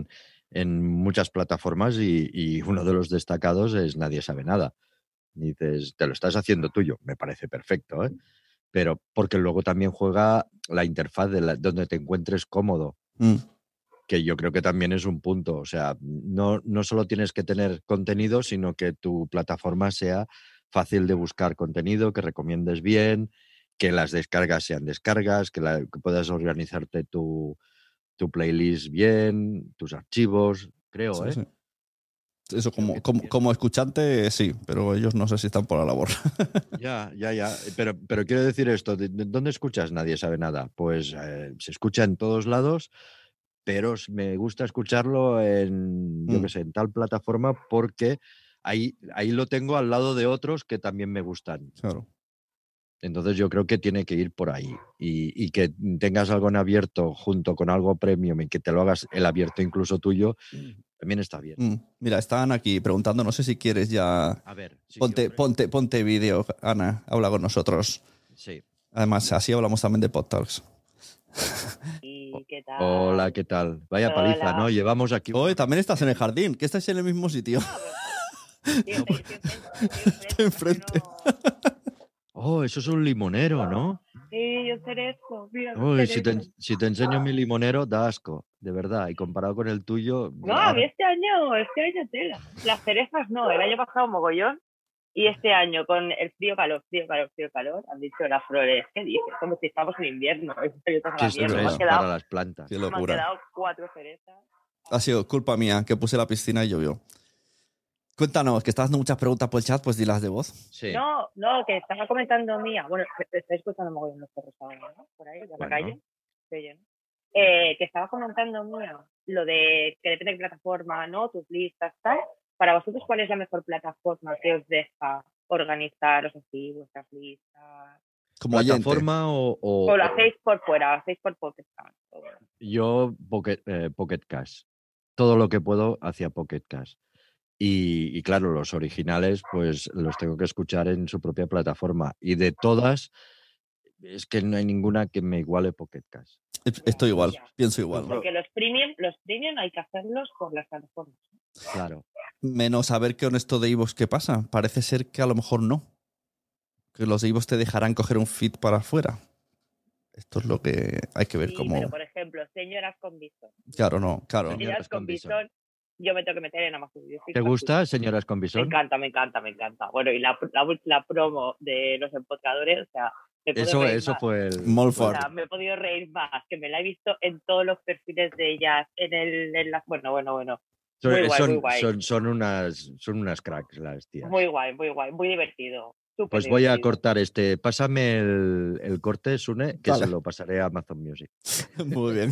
en muchas plataformas y, y uno de los destacados es Nadie sabe nada. Y dices, te lo estás haciendo tuyo, me parece perfecto, ¿eh? Pero porque luego también juega la interfaz de la, donde te encuentres cómodo, Mm. que yo creo que también es un punto. O sea, no, no solo tienes que tener contenido, sino que tu plataforma sea fácil de buscar contenido, que recomiendes bien, que las descargas sean descargas, que, la, que puedas organizarte tu, tu playlist bien, tus archivos, creo, Sí, ¿eh? sí. Eso Creo como, que como, también. como escuchante, sí, pero ellos no sé si están por la labor. Ya, ya, ya. Pero, pero quiero decir esto, ¿de, de dónde escuchas? Nadie sabe nada. Pues eh, se escucha en todos lados, pero s- me gusta escucharlo en, yo Mm. qué sé, en tal plataforma porque ahí, ahí lo tengo al lado de otros que también me gustan. Claro. Entonces yo creo que tiene que ir por ahí. Y, y que tengas algo en abierto junto con algo premium y que te lo hagas el abierto incluso tuyo, también está bien. Mm. Mira, están aquí preguntando, no sé si quieres ya... A ver, sí, Ponte, hombre. ponte, ponte vídeo, Ana, habla con nosotros. Sí. Además, así hablamos también de PodTalks. ¿Y qué tal? Hola, ¿qué tal? Vaya Hola. paliza, ¿no? Llevamos aquí... Hoy una- también estás en el jardín, que estáis en el mismo sitio. Ah, pues, sí, estoy, estoy enfrente, estoy enfrente. no- Oh, eso es un limonero, ¿no? Sí, yo cerezo, mira, yo Uy, si te, cerezo. si te enseño mi limonero, da asco, de verdad. Y comparado con el tuyo... No, a ahora- mí este año, este año tela. Las cerezas no, el año pasado mogollón. Y este año, con el frío, calor, frío, calor, frío, calor, han dicho las flores, ¿qué dices? Como si estamos en invierno. Qué Qué estrés me han para quedado, las plantas. Qué me han locura. quedado cuatro cerezas. Ha sido culpa mía que puse la piscina y llovió. Cuéntanos, que estás dando muchas preguntas por el chat, pues dilas de voz. Sí. No, no, que estaba comentando Mía. Bueno, te estáis escuchando mogollón los perros ahora, ¿no? Por ahí, por la Bueno. calle. Se oye, ¿no? Eh, que estaba comentando Mía lo de que depende de plataforma, ¿no? Tus listas, tal. Para vosotros, ¿cuál es la mejor plataforma que os deja organizaros así vuestras listas? Como oyente. ¿Plataforma o...? o- O lo o- hacéis por fuera, lo hacéis por Pocket Cast, o- Yo, Pocket, eh, Pocket Cash. Todo lo que puedo hacia Pocket Cash. Y, y claro, los originales, pues los tengo que escuchar en su propia plataforma. Y de todas, es que no hay ninguna que me iguale Pocket Cash. Estoy igual, Ya. pienso igual. Porque los premium, los premium hay que hacerlos por las plataformas. Claro. Menos a ver qué honesto de iVoox qué pasa. Parece ser que a lo mejor no. Que los de iVoox te dejarán coger un feed para afuera. Esto es lo que hay que ver Sí, cómo... pero por ejemplo, señoras con bistón. Claro, no, claro. Señor- Señoras con bistón, yo me tengo que meter en Amazon Music. ¿Te gusta, señoras con Me bisón? encanta, me encanta, me encanta. Bueno, y la, la, la promo de los empodcadores, o sea, me puedo Eso, reír eso más. fue el... Molt O fort. sea, me he podido reír más, que me la he visto en todos los perfiles de ellas, en el, en las, bueno, bueno, bueno, Son, muy guay, son- muy guay. son- son unas, son unas cracks las tías. muy guay, muy guay, muy divertido. Súper Pues voy a divertido. cortar este. Pásame el, el corte, Sune, que Vale. se lo pasaré a Amazon Music. Muy bien.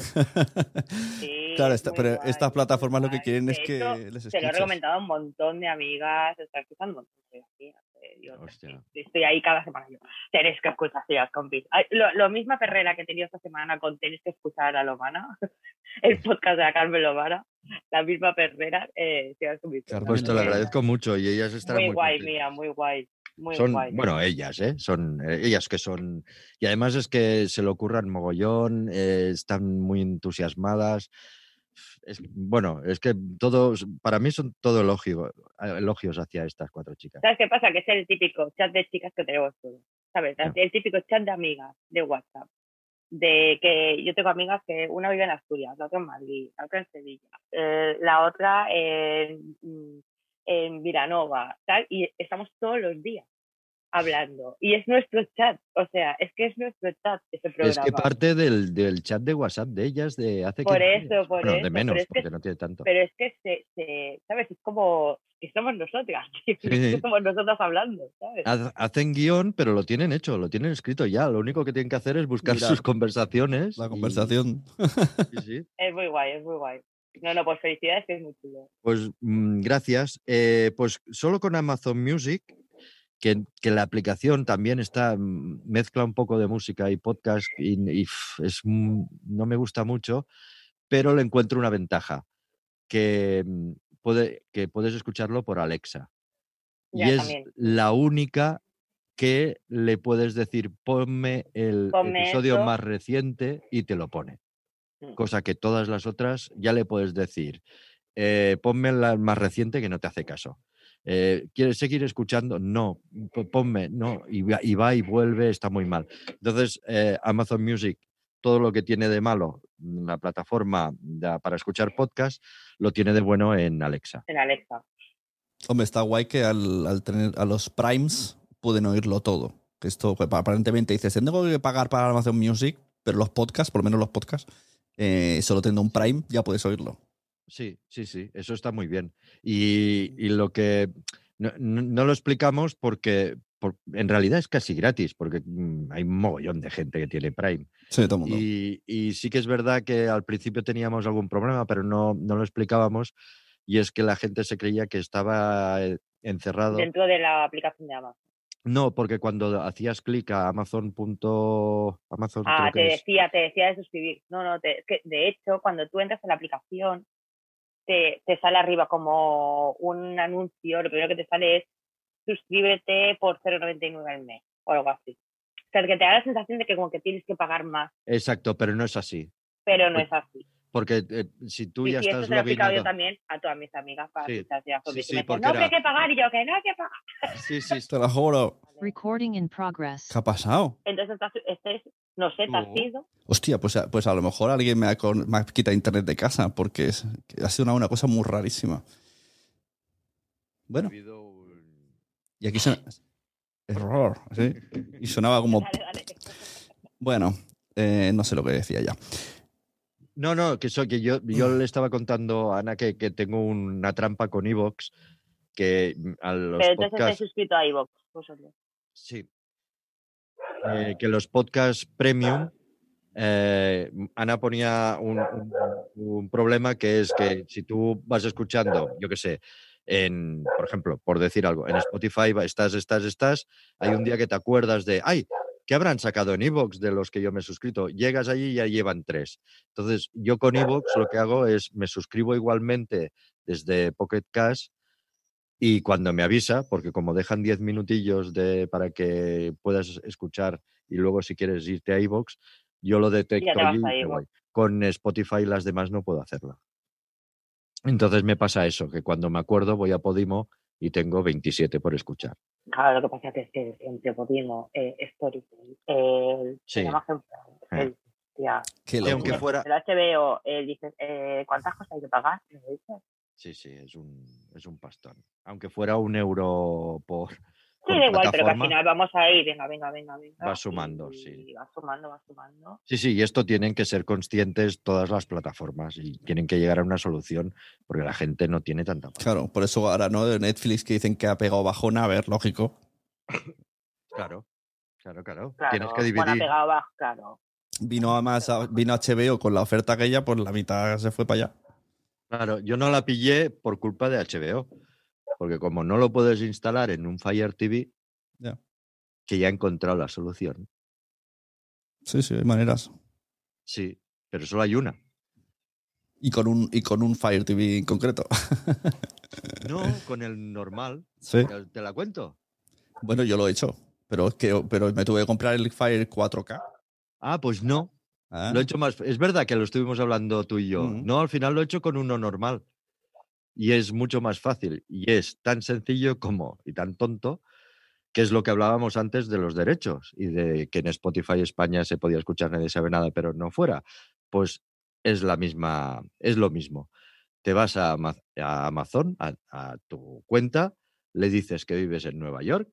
Sí, Claro, esta- muy pero guay, estas muy plataformas lo que guay. quieren De es que hecho, les Se lo he escuches. recomendado a un montón de amigas, está escuchando un montón de amigas. eh, yo Hostia. estoy, estoy ahí cada semana. Yo, tenéis que escuchar Señoras con Bis. Ay, Lo, lo misma perrera que he tenido esta semana con tenéis que escuchar a Lomana, el podcast de la Carmen Lomana, la misma perrera, eh, Señoras con Bis. Carmen Pues te lo Lomana. agradezco mucho y ellas estarán Muy muy, guay, contentas. mira, muy guay. Muy Son, guay. bueno, ellas, ¿eh? Son eh, ellas que son. Y además es que se lo ocurran mogollón, eh, están muy entusiasmadas. Es, bueno, es que todos, para mí son todo elogio, elogios hacia estas cuatro chicas. ¿Sabes qué pasa? Que es el típico chat de chicas que tenemos todos. ¿Sabes? No. El típico chat de amigas de WhatsApp. De que yo tengo amigas que una vive en Asturias, la otra en Madrid, la otra en Sevilla, eh, la otra en, en Vilanova, tal, y estamos todos los días hablando. Y es nuestro chat, o sea, es que es nuestro chat ese programa. Es que parte del, del chat de WhatsApp de ellas de hace Por quince eso, días. por Bueno, eso, de menos, pero es que- porque no tiene tanto. Pero es que, se, se, ¿sabes? Es como que somos nosotras, es Sí. que somos nosotras hablando, ¿sabes? Haz- Hacen guión, pero lo tienen hecho, lo tienen escrito ya. Lo único que tienen que hacer es buscar Mirar sus conversaciones. La y- conversación. sí, sí. Es muy guay, es muy guay. No, no, pues felicidades, que es muy chulo. Pues mm, gracias. Eh, pues solo con Amazon Music, que, que la aplicación también está, mm, mezcla un poco de música y podcast y, y, pf, es, mm, no me gusta mucho, pero le encuentro una ventaja, que, mm, puede, que puedes escucharlo por Alexa. Ya, y es también. la única que le puedes decir, ponme el Ponme episodio esto. más reciente y te lo pone. Mm. Cosa que todas las otras ya le puedes decir, eh, ponme la más reciente que no te hace caso. Eh, ¿Quieres seguir escuchando? No, ponme, no, y va, y va y vuelve, está muy mal. Entonces, eh, Amazon Music, todo lo que tiene de malo la plataforma de, para escuchar podcast, lo tiene de bueno en Alexa. En Alexa. Hombre, está guay que al, al tener a los Primes pueden oírlo todo. Esto aparentemente dices, tengo que pagar para Amazon Music, pero los podcasts, por lo menos los podcasts, eh, solo teniendo un Prime ya puedes oírlo. Sí, sí, sí, eso está muy bien. Y, y lo que no, no, no lo explicamos porque por, en realidad es casi gratis, porque mmm, hay un mogollón de gente que tiene Prime. Sí, todo el mundo. Y, y sí que es verdad que al principio teníamos algún problema, pero no, no lo explicábamos. Y es que la gente se creía que estaba encerrado. Dentro de la aplicación de Amazon. No, porque cuando hacías clic a Amazon. Amazon ah, creo te que decía, es. te decía de suscribir. No, no, te, es que de hecho, cuando tú entras en la aplicación, te, te sale arriba como un anuncio. Lo primero que te sale es suscríbete por cero coma noventa y nueve al mes o algo así. O sea, que te da la sensación de que como que tienes que pagar más. Exacto, pero no es así. Pero no es así. Porque eh, si tú sí, ya sí, estás eso se lo he explicado lobinado... yo también a todas mis amigas para sí, escuchar ya sí, sí, me porque no, era... que hay que pagar y yo que no hay que pagar. Sí, sí, te lo juro. Recording in progress. ¿Qué ha pasado? Entonces, este es, no sé, te has ido. Hostia, pues, pues a lo mejor alguien me ha, me ha quitado internet de casa porque es, ha sido una, una cosa muy rarísima. Bueno. Y aquí suena... Error, ¿sí? Y sonaba como... Dale, dale. Bueno, eh, no sé lo que decía ya. No, no, que, eso, que yo, yo le estaba contando a Ana que, que tengo una trampa con iVoox que a los Pero entonces podcasts... te he suscrito a iVoox, vosotros. Sí. Eh, que los podcasts premium, eh, Ana ponía un, un, un problema que es que si tú vas escuchando, yo qué sé, en, por ejemplo, por decir algo, en Spotify estás, estás, estás, hay un día que te acuerdas de, ay, ¿qué habrán sacado en iVoox de los que yo me he suscrito? Llegas allí y ya llevan tres. Entonces, yo con iVoox lo que hago es me suscribo igualmente desde Pocket Cast y cuando me avisa, porque como dejan diez minutillos de, para que puedas escuchar y luego si quieres irte a iVoox, yo lo detecto allí y me voy. Con Spotify las demás no puedo hacerlo. Entonces me pasa eso, que cuando me acuerdo voy a Podimo y tengo veintisiete por escuchar. Claro, lo que pasa es que entre Podimo, eh, Storytel, eh, sí. el Amazon, el, tía, Qué y aunque fuera... el H B O, eh, dices, eh, ¿cuántas cosas hay que pagar? ¿Me lo dices? Sí, sí, es un, es un pastón. Aunque fuera un euro por... Sí, da igual, pero que al final vamos a ir, venga, venga, venga, venga. Va sumando, y, sí. Va sumando, va sumando. Sí, sí, y esto tienen que ser conscientes todas las plataformas y tienen que llegar a una solución porque la gente no tiene tanta pasta. Claro, por eso ahora, ¿no? De Netflix que dicen que ha pegado bajona, a ver, lógico. Claro, claro, claro. claro Tienes que dividir. Bueno, ha pegado bajo, claro. Vino además, vino H B O con la oferta aquella, pues la mitad se fue para allá. Claro, yo no la pillé por culpa de H B O, porque como no lo puedes instalar en un Fire T V, yeah. que ya he encontrado la solución. Sí, sí, hay maneras. Sí, pero solo hay una. Y con un, y con un Fire T V en concreto. No, con el normal. Sí. ¿Te, te la cuento? Bueno, yo lo he hecho, pero es que pero me tuve que comprar el Fire cuatro K. Ah, pues no. Ah. Lo he hecho más. Es verdad que lo estuvimos hablando tú y yo. Mm. No, al final lo he hecho con uno normal. Y es mucho más fácil. Y es tan sencillo como, y tan tonto, que es lo que hablábamos antes de los derechos y de que en Spotify España se podía escuchar Nadie Sabe Nada, pero no fuera. Pues es la misma, es lo mismo. Te vas a, a Amazon, a, a tu cuenta, le dices que vives en Nueva York.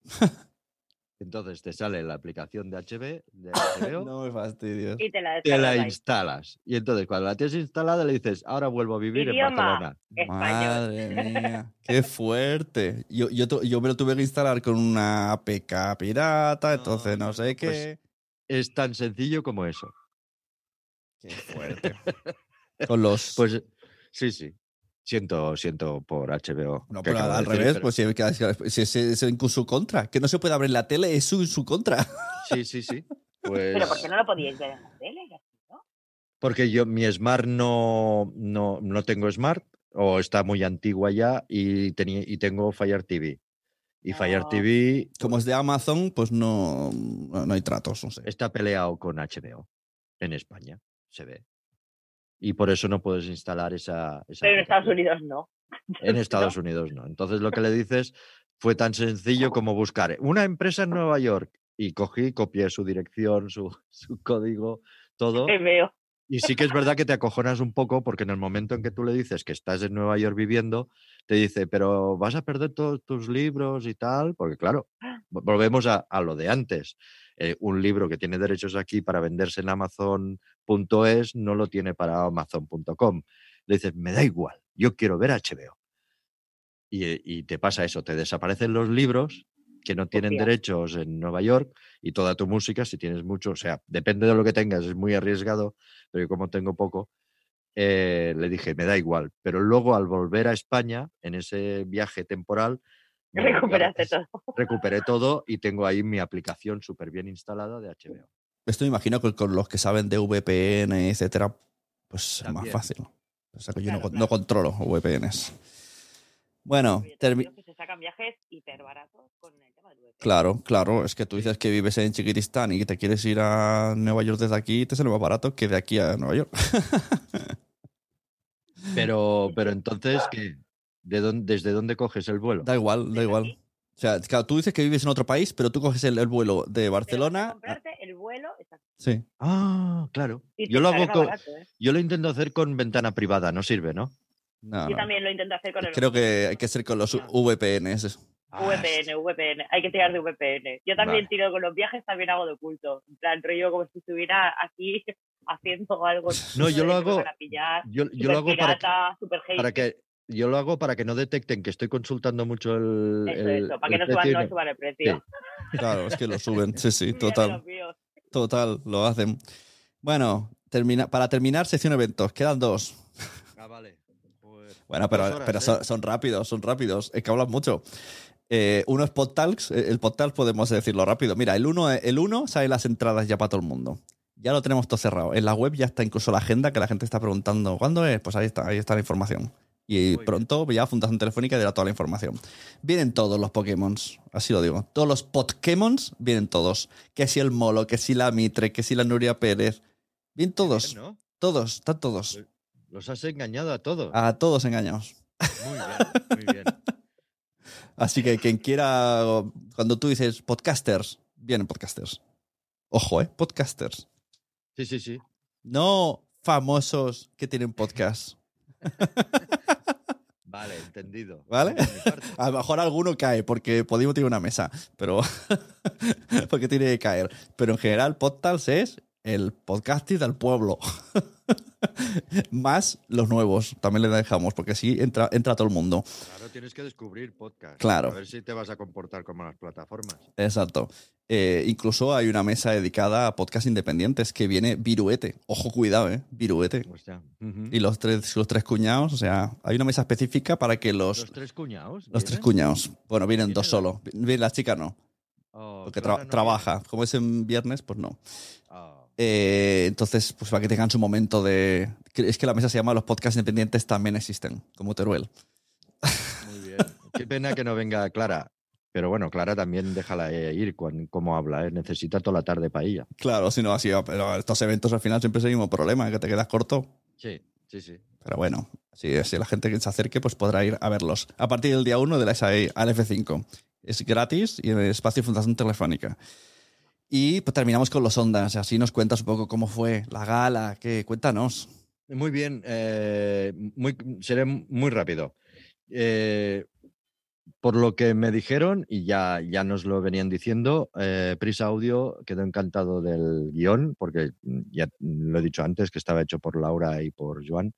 Entonces te sale la aplicación de H B, de H B O, no me fastidies. Y te la, te la instalas. Y entonces cuando la tienes instalada le dices, ahora vuelvo a vivir Idioma en Barcelona. Español. Madre mía, qué fuerte. Yo, yo, yo me lo tuve que instalar con una A P K pirata, entonces no sé qué. Pues es tan sencillo como eso. Qué fuerte. Con los... Pues sí, sí. Siento, siento por H B O. No, pero al, al revés, pero... pues si, si, si es en su contra. Que no se puede abrir la tele, es su, su contra. Sí, sí, sí. Pues... Pero ¿por qué no lo podíais ver en la tele? ¿No? Porque yo, mi Smart no, no, no tengo Smart, o está muy antigua ya, y, tenía, y tengo Fire T V. Y no. Fire T V... Como es de Amazon, pues no, no hay tratos, no sé. Está peleado con H B O en España, se ve. y por eso no puedes instalar esa... esa Pero en Estados aplicación. Unidos no. En Estados Unidos no. Entonces lo que le dices fue tan sencillo como buscar una empresa en Nueva York y cogí, copié su dirección, su, su código, todo. Te veo. Y sí que es verdad que te acojonas un poco porque en el momento en que tú le dices que estás en Nueva York viviendo, te dice, pero vas a perder todos tus libros y tal, porque claro, volvemos a, a lo de antes. Eh, un libro que tiene derechos aquí para venderse en Amazon punto es no lo tiene para Amazon punto com. Le dices, me da igual, yo quiero ver H B O. Y, y te pasa eso, te desaparecen los libros que no tienen Hostia. derechos en Nueva York y toda tu música, si tienes mucho, o sea, depende de lo que tengas, es muy arriesgado, pero yo como tengo poco, eh, le dije, me da igual. Pero luego al volver a España, en ese viaje temporal, bueno, Recuperaste ya todo. recuperé todo y tengo ahí mi aplicación súper bien instalada de H B O. Esto me imagino que con los que saben de V P N, etcétera, pues es más También. fácil. O sea que yo Claro, no, con- claro. no controlo V P Ns. Bueno, Oye, te termi- digo que se sacan viajes hiper baratos con el tema del V P N. claro, claro. Es que tú dices que vives en Chiquitistán y que te quieres ir a Nueva York desde aquí, te sale más barato que de aquí a Nueva York. Pero, pero entonces, ¿qué? ¿De dónde, ¿Desde dónde coges el vuelo? Da igual, da ¿Desde igual. aquí? O sea, claro, tú dices que vives en otro país, pero tú coges el, el vuelo de Pero vas a Barcelona. a- comprarte el vuelo exacto. Sí. Ah, claro. Y Yo te lo sale hago más con, barato, ¿eh? yo lo intento hacer con ventana privada, no sirve, ¿no? No, Yo no. también lo intento hacer con el Creo que hay que ser con los Ya. V P Ns. Ah, V P N, V P N. Hay que tirar de V P N. Yo también Vale. tiro con los viajes, también hago de oculto. En plan, rollo como si estuviera aquí haciendo algo. No, yo de lo que me hago- van a pillar, Yo, yo súper lo hago para que, pirata, súper hate. para que yo lo hago para que no detecten que estoy consultando mucho el, Eso, el- eso, para que el no suban, precio y no no- suban el precio. Claro, es que lo suben. Sí, sí, Mira total. los míos. Total, lo hacen. Bueno, termina, para terminar, sección eventos. Quedan dos. Ah, vale. Pues, Bueno, pero, dos horas, pero ¿eh? son, son rápidos, son rápidos. Es que hablan mucho. Eh, uno es PodTalks. eh, El PodTalks podemos decirlo rápido. Mira, el uno, el uno sale las entradas ya para todo el mundo. Ya lo tenemos todo cerrado. En la web ya está incluso la agenda que la gente está preguntando. ¿Cuándo es? Pues ahí está, ahí está la información. Y Muy pronto ya Fundación Telefónica dirá toda la información. Vienen todos los Pokémon, así lo digo. Todos los Pokémon vienen todos. Que si el Molo, que si la Mitre, que si la Nuria Pérez. Vienen todos, Bien, ¿no? todos, están todos. Pues los has engañado a todos. A todos engañados. Muy bien, muy bien. Así que quien quiera, cuando tú dices podcasters, vienen podcasters. Ojo, ¿eh? Podcasters. Sí, sí, sí. No famosos que tienen podcast. Vale, entendido. ¿Vale? Por mi parte. A lo mejor alguno cae porque Podimo tiene una mesa, pero porque tiene que caer. Pero en general, Podtals es el podcasting del pueblo. Más los nuevos, también le dejamos, porque así entra, entra todo el mundo. Claro, tienes que descubrir podcast. Claro. A ver si te vas a comportar como las plataformas. Exacto. Eh, incluso hay una mesa dedicada a podcast independientes que viene Viruete. Ojo, cuidado, ¿eh? Viruete. Hostia. Ujú. Y los tres, los tres cuñados, o sea, hay una mesa específica para que los, ¿Los tres cuñados? los tres vienen? cuñados. Bueno, vienen dos ¿Vienen solo. Viene la chica no, Oh, porque Clara tra- no trabaja. Como es en viernes, pues no. viene. Oh. Eh, entonces, pues para que tengan su momento de... Es que la mesa se llama Los podcasts independientes también existen, como Teruel. Muy bien. Qué pena que no venga Clara. Pero bueno, Clara también déjala eh, ir con cómo habla. ¿eh? Necesita toda la tarde para ella. Claro, si no, así, pero estos eventos al final siempre es el mismo problema, que te quedas corto. Sí, sí, sí. Pero bueno, si, si la gente que se acerque, pues podrá ir a verlos. A partir del día uno de la S A I al F cinco. Es gratis y en el espacio Fundación Telefónica. Y pues terminamos con los Ondas. Así nos cuentas un poco cómo fue la gala. ¿Qué? Cuéntanos. Muy bien. eh, muy, seré muy rápido. Eh, por lo que me dijeron, y ya, ya nos lo venían diciendo, eh, Prisa Audio quedó encantado del guión, porque ya lo he dicho antes, que estaba hecho por Laura y por Joan.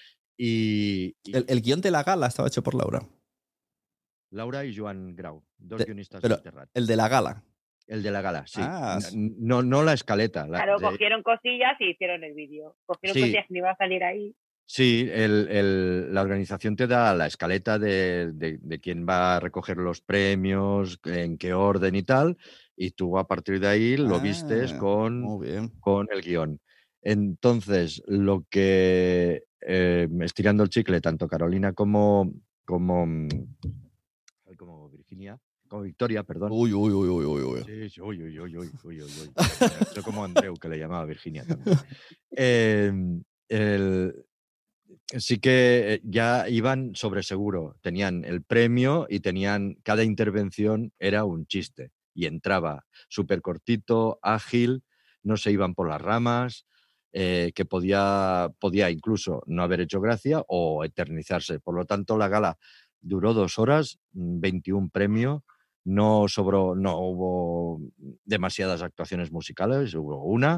Y, y El, el guión de la gala estaba hecho por Laura. Laura y Joan Grau, dos De- guionistas pero- de Terrat. El de la gala. El de la gala, sí. Ah, N- no, no la escaleta. la- Claro, de- cogieron cosillas y hicieron el vídeo. Cogieron Sí. cosillas que no iba a salir ahí. Sí, el- el- la organización te da la escaleta de, de- de quién va a recoger los premios, en qué orden y tal, y tú a partir de ahí lo vistes Ah, con, Muy bien. con el guión. Entonces, lo que, eh, estirando el chicle, tanto Carolina como, como, mm, ay, como Virginia, como Victoria, perdón. Uy, uy, uy, uy, uy, uy. Sí, sí, uy, uy, uy, uy, uy, uy, uy. Soy como Andreu, que le llamaba Virginia también. Eh, el, sí que ya iban sobre seguro. Tenían el premio y tenían cada intervención era un chiste. Y entraba súper cortito, ágil, no se iban por las ramas, eh, que podía, podía incluso no haber hecho gracia o eternizarse. Por lo tanto, la gala duró dos horas, veintiún premios, no sobró, no hubo demasiadas actuaciones musicales, hubo una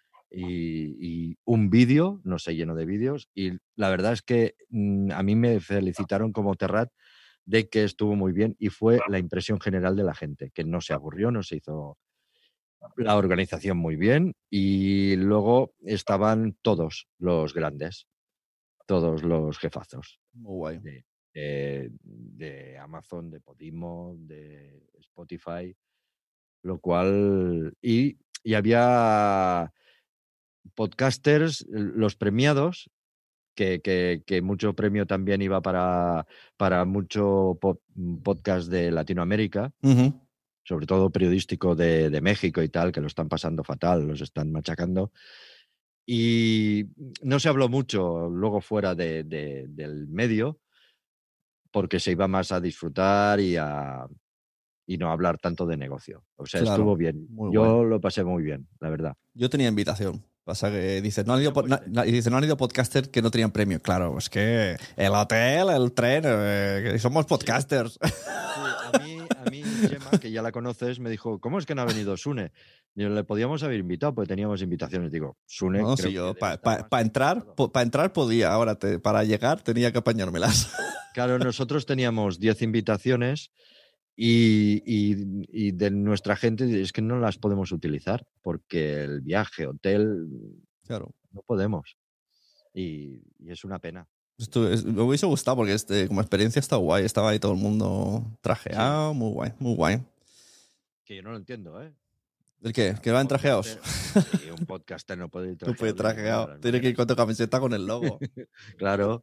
y, y un vídeo, no se llenó de vídeos, y la verdad es que mm, a mí me felicitaron como Terrat de que estuvo muy bien y fue la impresión general de la gente, que no se aburrió, no se hizo la organización muy bien y luego estaban todos los grandes, todos los jefazos. Muy guay. De, de, de Amazon, de Podimo, de Spotify, lo cual... Y, y había podcasters, los premiados, que, que, que mucho premio también iba para, para mucho pod, podcast de Latinoamérica, uh-huh. sobre todo periodístico de, de México y tal, que lo están pasando fatal, los están machacando. Y no se habló mucho luego fuera de, de, del medio, porque se iba más a disfrutar y, a, y no a hablar tanto de negocio. O sea, claro, estuvo bien. Yo guay. Lo pasé muy bien, la verdad. Yo tenía invitación. Pasa que dices, no han ido, no, no, dice, no han ido podcasters que no tenían premio. Claro, es que el hotel, el tren, eh, somos podcasters. Sí, a mí, a mí Gemma, que ya la conoces, me dijo, ¿cómo es que no ha venido Sune? Yo le podíamos haber invitado, porque teníamos invitaciones. Digo, Sune... No, sí, yo para pa, pa entrar, pa entrar podía, ahora te, para llegar tenía que apañármelas. Claro, nosotros teníamos diez invitaciones y, y, y de nuestra gente es que no las podemos utilizar porque el viaje, hotel, claro, no podemos. Y, y es una pena. Esto es, me hubiese gustado porque este, como experiencia está guay. Estaba ahí todo el mundo trajeado, sí. muy guay, muy guay. Que yo no lo entiendo, ¿eh? ¿El qué? ¿Que van trajeados? Sí, un podcaster no puede ir trajeado. Tú puedes trajeado. Tiene que ir con tu camiseta con el logo. Claro.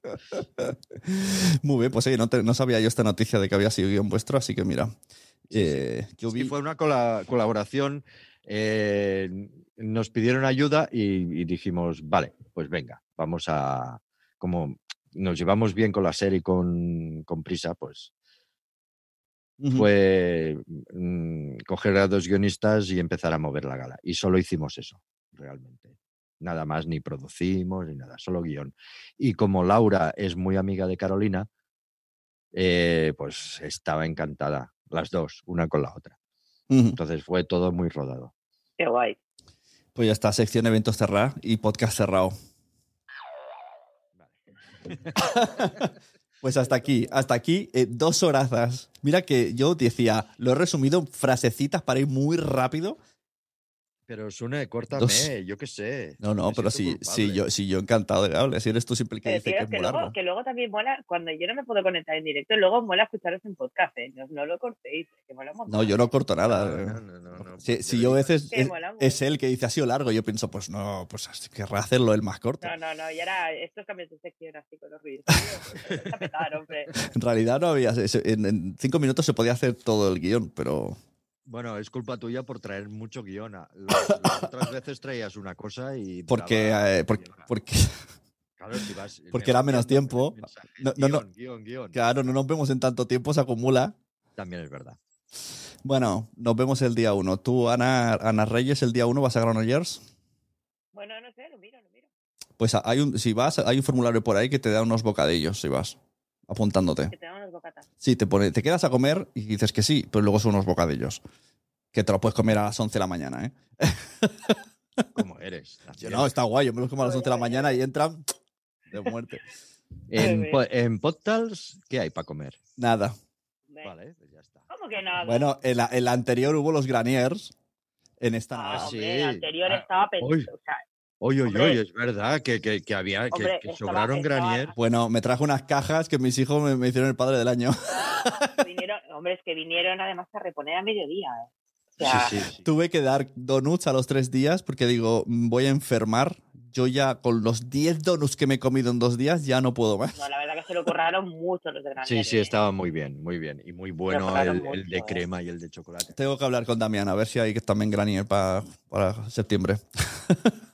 Muy bien, pues sí, no, te, no sabía yo esta noticia de que había sido guión vuestro, así que mira. Eh, yo vi... Sí, fue una cola colaboración. Eh, nos pidieron ayuda y, y dijimos, vale, pues venga, vamos a... Como nos llevamos bien con la serie con, con Prisa, pues... Uh-huh. Fue mmm, coger a dos guionistas y empezar a mover la gala. Y solo hicimos eso, realmente. Nada más, ni producimos, ni nada, solo guión. Y como Laura es muy amiga de Carolina, eh, pues estaba encantada, las dos, una con la otra. Uh-huh. Entonces fue todo muy rodado. Qué guay. Pues ya está, sección eventos cerrada y podcast cerrado. Vale. Pues hasta aquí, hasta aquí, eh, dos horazas. Mira que yo decía, lo he resumido en frasecitas para ir muy rápido. Pero Sune, córtame, dos... yo qué sé. No, no, pero sí, sí, yo, sí, yo encantado de que hables. Si eres tú siempre el que pero dice tío, que es que muy luego, largo. Que luego también mola, cuando yo no me puedo conectar en directo, luego mola escucharos en podcast, ¿eh? No, no lo cortéis, que mola mucho. No, yo no corto nada. No, no, no, no, no. Si, si yo a veces es, es él que dice ha sido largo, yo pienso, pues no, pues querrá hacerlo el más corto. No, no, no, y ahora estos cambios de sección así con los ruidos. Está petado, hombre. En realidad no había, en, en cinco minutos se podía hacer todo el guión, pero... Bueno, es culpa tuya por traer mucho guión. Las, las otras veces traías una cosa y... Porque... Eh, porque, porque... Claro, si vas, porque era menos tiempo. No, no, no, guión, guión, guión. Claro, no nos vemos en tanto tiempo, se acumula. También es verdad. Bueno, nos vemos el día uno. Tú, Ana, Ana Reyes, el día uno vas a Granollers. Bueno, no sé, lo miro, lo miro. Pues hay un, si vas, hay un formulario por ahí que te da unos bocadillos, si vas. Apuntándote. Que te dan unos bocatas. Sí, te, pone, te quedas a comer y dices que sí, pero luego son unos bocadillos. Que te lo puedes comer a las once de la mañana, ¿eh? ¿Cómo eres? Yo, no, está guay. Yo me los como a las once de la mañana y entran de muerte. ¿En, en Podtals qué hay para comer? Nada. Vale, pues ya está. ¿Cómo que nada? Bueno, en la, en la anterior hubo los Graniers. En esta ah, nada. Hombre, sí. En la anterior ah, estaba pensando. O sea, Oye, oye, oye, es verdad que, que, que había hombre, que, que estaba, sobraron estaba... Granier. Bueno, me trajo unas cajas que mis hijos me, me hicieron el padre del año. Vinieron, hombre, es que vinieron además a reponer a mediodía. ¿eh? O sea, sí, sí, sí. Tuve que dar donuts a los tres días porque digo, voy a enfermar. Yo ya con los diez donuts que me he comido en dos días ya no puedo más. No, la verdad que se lo curraron mucho los de Granier. Sí, sí, estaba muy bien, muy bien. Y muy bueno el, mucho, el de eh. crema y el de chocolate. Tengo que hablar con Damián a ver si hay también Granier para, para septiembre. Pues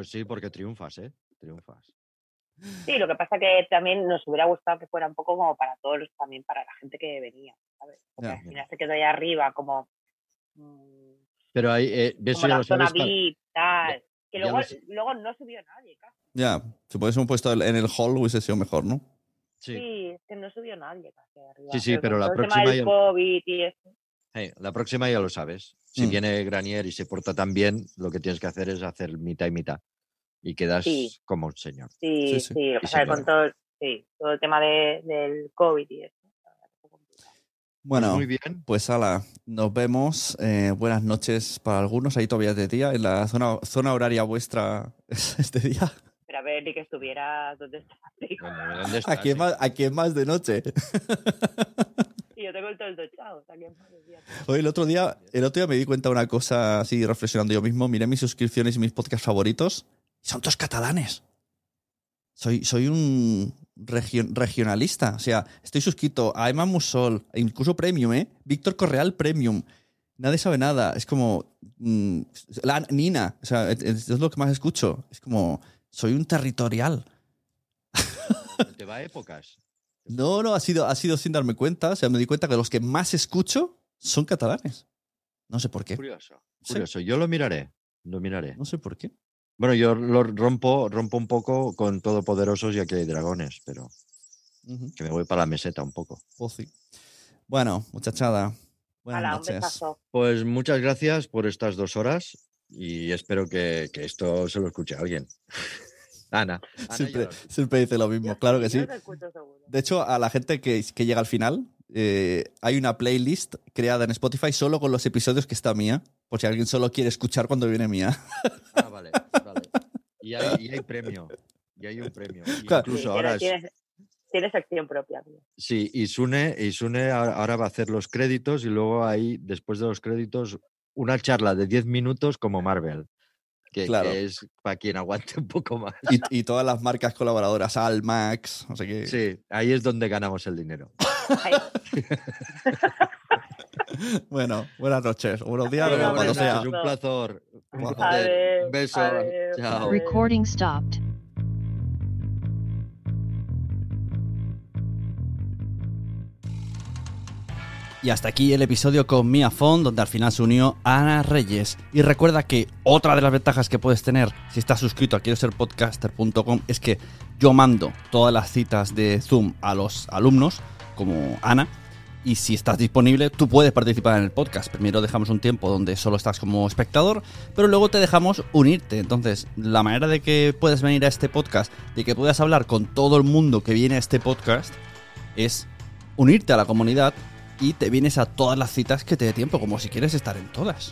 sí, porque triunfas, ¿eh? Triunfas. Sí, lo que pasa que también nos hubiera gustado que fuera un poco como para todos, también para la gente que venía, ¿sabes? Porque Ya. al final se quedó ahí arriba como, mm, Pero ahí, eh, eso como ya la lo zona sabes. para- V I P, tal. Que ya luego, lo sé. luego no subió nadie, casi. Ya, si pudiésemos puesto en el hall hubiese sido mejor, ¿no? Sí. Sí, es que no subió nadie casi arriba. Sí, sí, pero con la todo el próxima tema del ya- COVID y eso. Hey, la próxima ya lo sabes. Si Mm. viene Granier y se porta tan bien, lo que tienes que hacer es hacer mitad y mitad. Y quedas Sí. como un señor. Sí, Sí, sí, sí. lo que Y pasa es que con señora. todo, sí, todo el tema de, del COVID y eso. Bueno, Pues muy bien. pues ala, nos vemos. Eh, buenas noches para algunos. Ahí todavía es de día. En la zona, zona horaria vuestra es es de día. Pero a ver, ni que estuvieras donde estás. Bueno, ¿dónde estás? Aquí es más, aquí es más de noche. Y yo tengo el toldo echado. O sea, que decía, Hoy el otro día, el otro día me di cuenta de una cosa así reflexionando yo mismo. Miré mis suscripciones y mis podcasts favoritos. Y son todos catalanes. Soy, soy un regio- regionalista. O sea, estoy suscrito a Emma Musol, incluso Premium, ¿eh? Víctor Correal Premium. Nadie sabe nada. Es como... mm, la Nina. O sea, es, es lo que más escucho. Es como... Soy un territorial. Te va a épocas. No, no, ha sido, ha sido sin darme cuenta. O sea, me di cuenta que los que más escucho son catalanes. No sé por qué. Curioso. Sí. Curioso. Yo lo miraré. Lo miraré. No sé por qué. Bueno, yo lo rompo, rompo un poco con Todopoderosos y Aquí hay dragones, pero Ujú. que me voy para la meseta un poco. Pues sí. Bueno, muchachada. Buenas "Hala, un noches. besazo". Pues muchas gracias por estas dos horas y espero que, que esto se lo escuche a alguien. Ana. Ana Siempre, ya lo- siempre dice lo mismo, Yo claro que yo sí. te escucho seguro. De hecho, a la gente que, que llega al final, eh, hay una playlist creada en Spotify solo con los episodios que está mía, por si alguien solo quiere escuchar cuando viene mía. Ah, vale, vale. Y hay, y hay premio. Y hay un premio. Y Claro. Sí, incluso ahora tiene, es- tiene, tiene sección propia. Tío. sí, y Sune, y Sune ahora ahora va a hacer los créditos y luego ahí, después de los créditos, una charla de diez minutos como Marvel. Que, Claro. que es para quien aguante un poco más. Y, y todas las marcas colaboradoras, Almax, no sé qué. Sí, ahí es donde ganamos el dinero. Ay, Bueno, buenas noches, o buenos días, Venga, o cuando buenas sea. noches, un placer. Un Guau. placer. Adeu, Un beso. adeu, Chao. adeu. Recording stopped. Y hasta aquí el episodio con Mia Font, donde al final se unió Ana Reyes. Y recuerda que otra de las ventajas que puedes tener si estás suscrito a quiero ser podcaster punto com es que yo mando todas las citas de Zoom a los alumnos, como Ana, y si estás disponible, tú puedes participar en el podcast. Primero dejamos un tiempo donde solo estás como espectador, pero luego te dejamos unirte. Entonces, la manera de que puedas venir a este podcast, de que puedas hablar con todo el mundo que viene a este podcast, es unirte a la comunidad y te vienes a todas las citas que te dé tiempo, como si quieres estar en todas.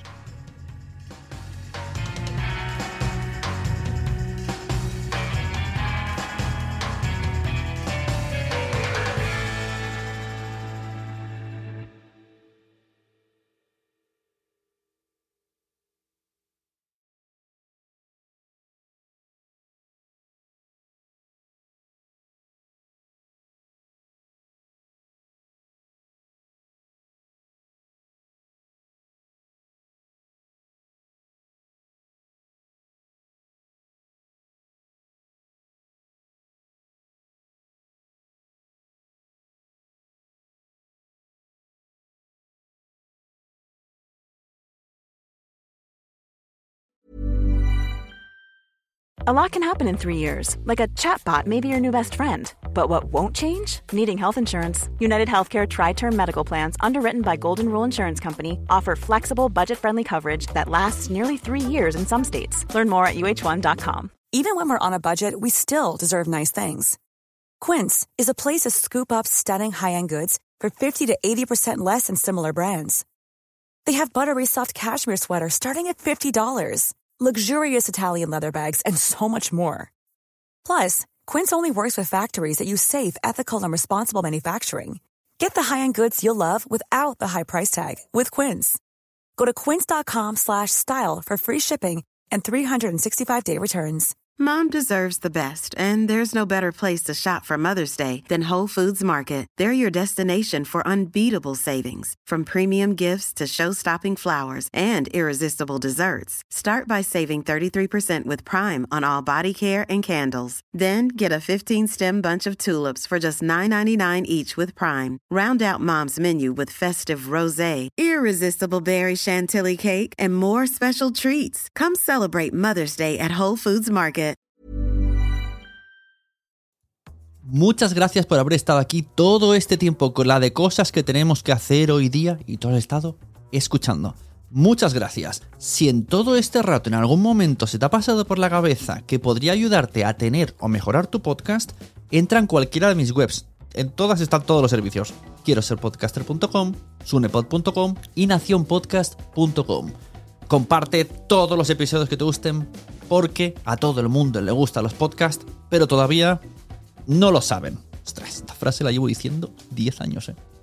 A lot can happen in three years, like a chatbot may be your new best friend. But what won't change? Needing health insurance. United Healthcare Tri-Term Medical Plans, underwritten by Golden Rule Insurance Company, offer flexible, budget-friendly coverage that lasts nearly three years in some states. Learn more at U H one dot com. Even when we're on a budget, we still deserve nice things. Quince is a place to scoop up stunning high-end goods for fifty to eighty percent less than similar brands. They have buttery soft cashmere sweaters starting at fifty dollars, luxurious Italian leather bags, and so much more. Plus, Quince only works with factories that use safe, ethical, and responsible manufacturing. Get the high-end goods you'll love without the high price tag with Quince. Go to quince dot com slash style for free shipping and three sixty-five day returns. Mom deserves the best, and there's no better place to shop for Mother's Day than Whole Foods Market. They're your destination for unbeatable savings, from premium gifts to show-stopping flowers and irresistible desserts. Start by saving thirty-three percent with Prime on all body care and candles. Then get a fifteen-stem bunch of tulips for just nine ninety-nine each with Prime. Round out Mom's menu with festive rosé, irresistible berry chantilly cake, and more special treats. Come celebrate Mother's Day at Whole Foods Market. Muchas gracias por haber estado aquí todo este tiempo con la de cosas que tenemos que hacer hoy día y todo el estado escuchando. Muchas gracias. Si en todo este rato en algún momento se te ha pasado por la cabeza que podría ayudarte a tener o mejorar tu podcast, entra en cualquiera de mis webs. En todas están todos los servicios. quiero ser podcaster punto com, sunepod punto com y nación podcast punto com. Comparte todos los episodios que te gusten porque a todo el mundo le gustan los podcasts, pero todavía no lo saben. Ostras, esta frase la llevo diciendo diez años, ¿eh?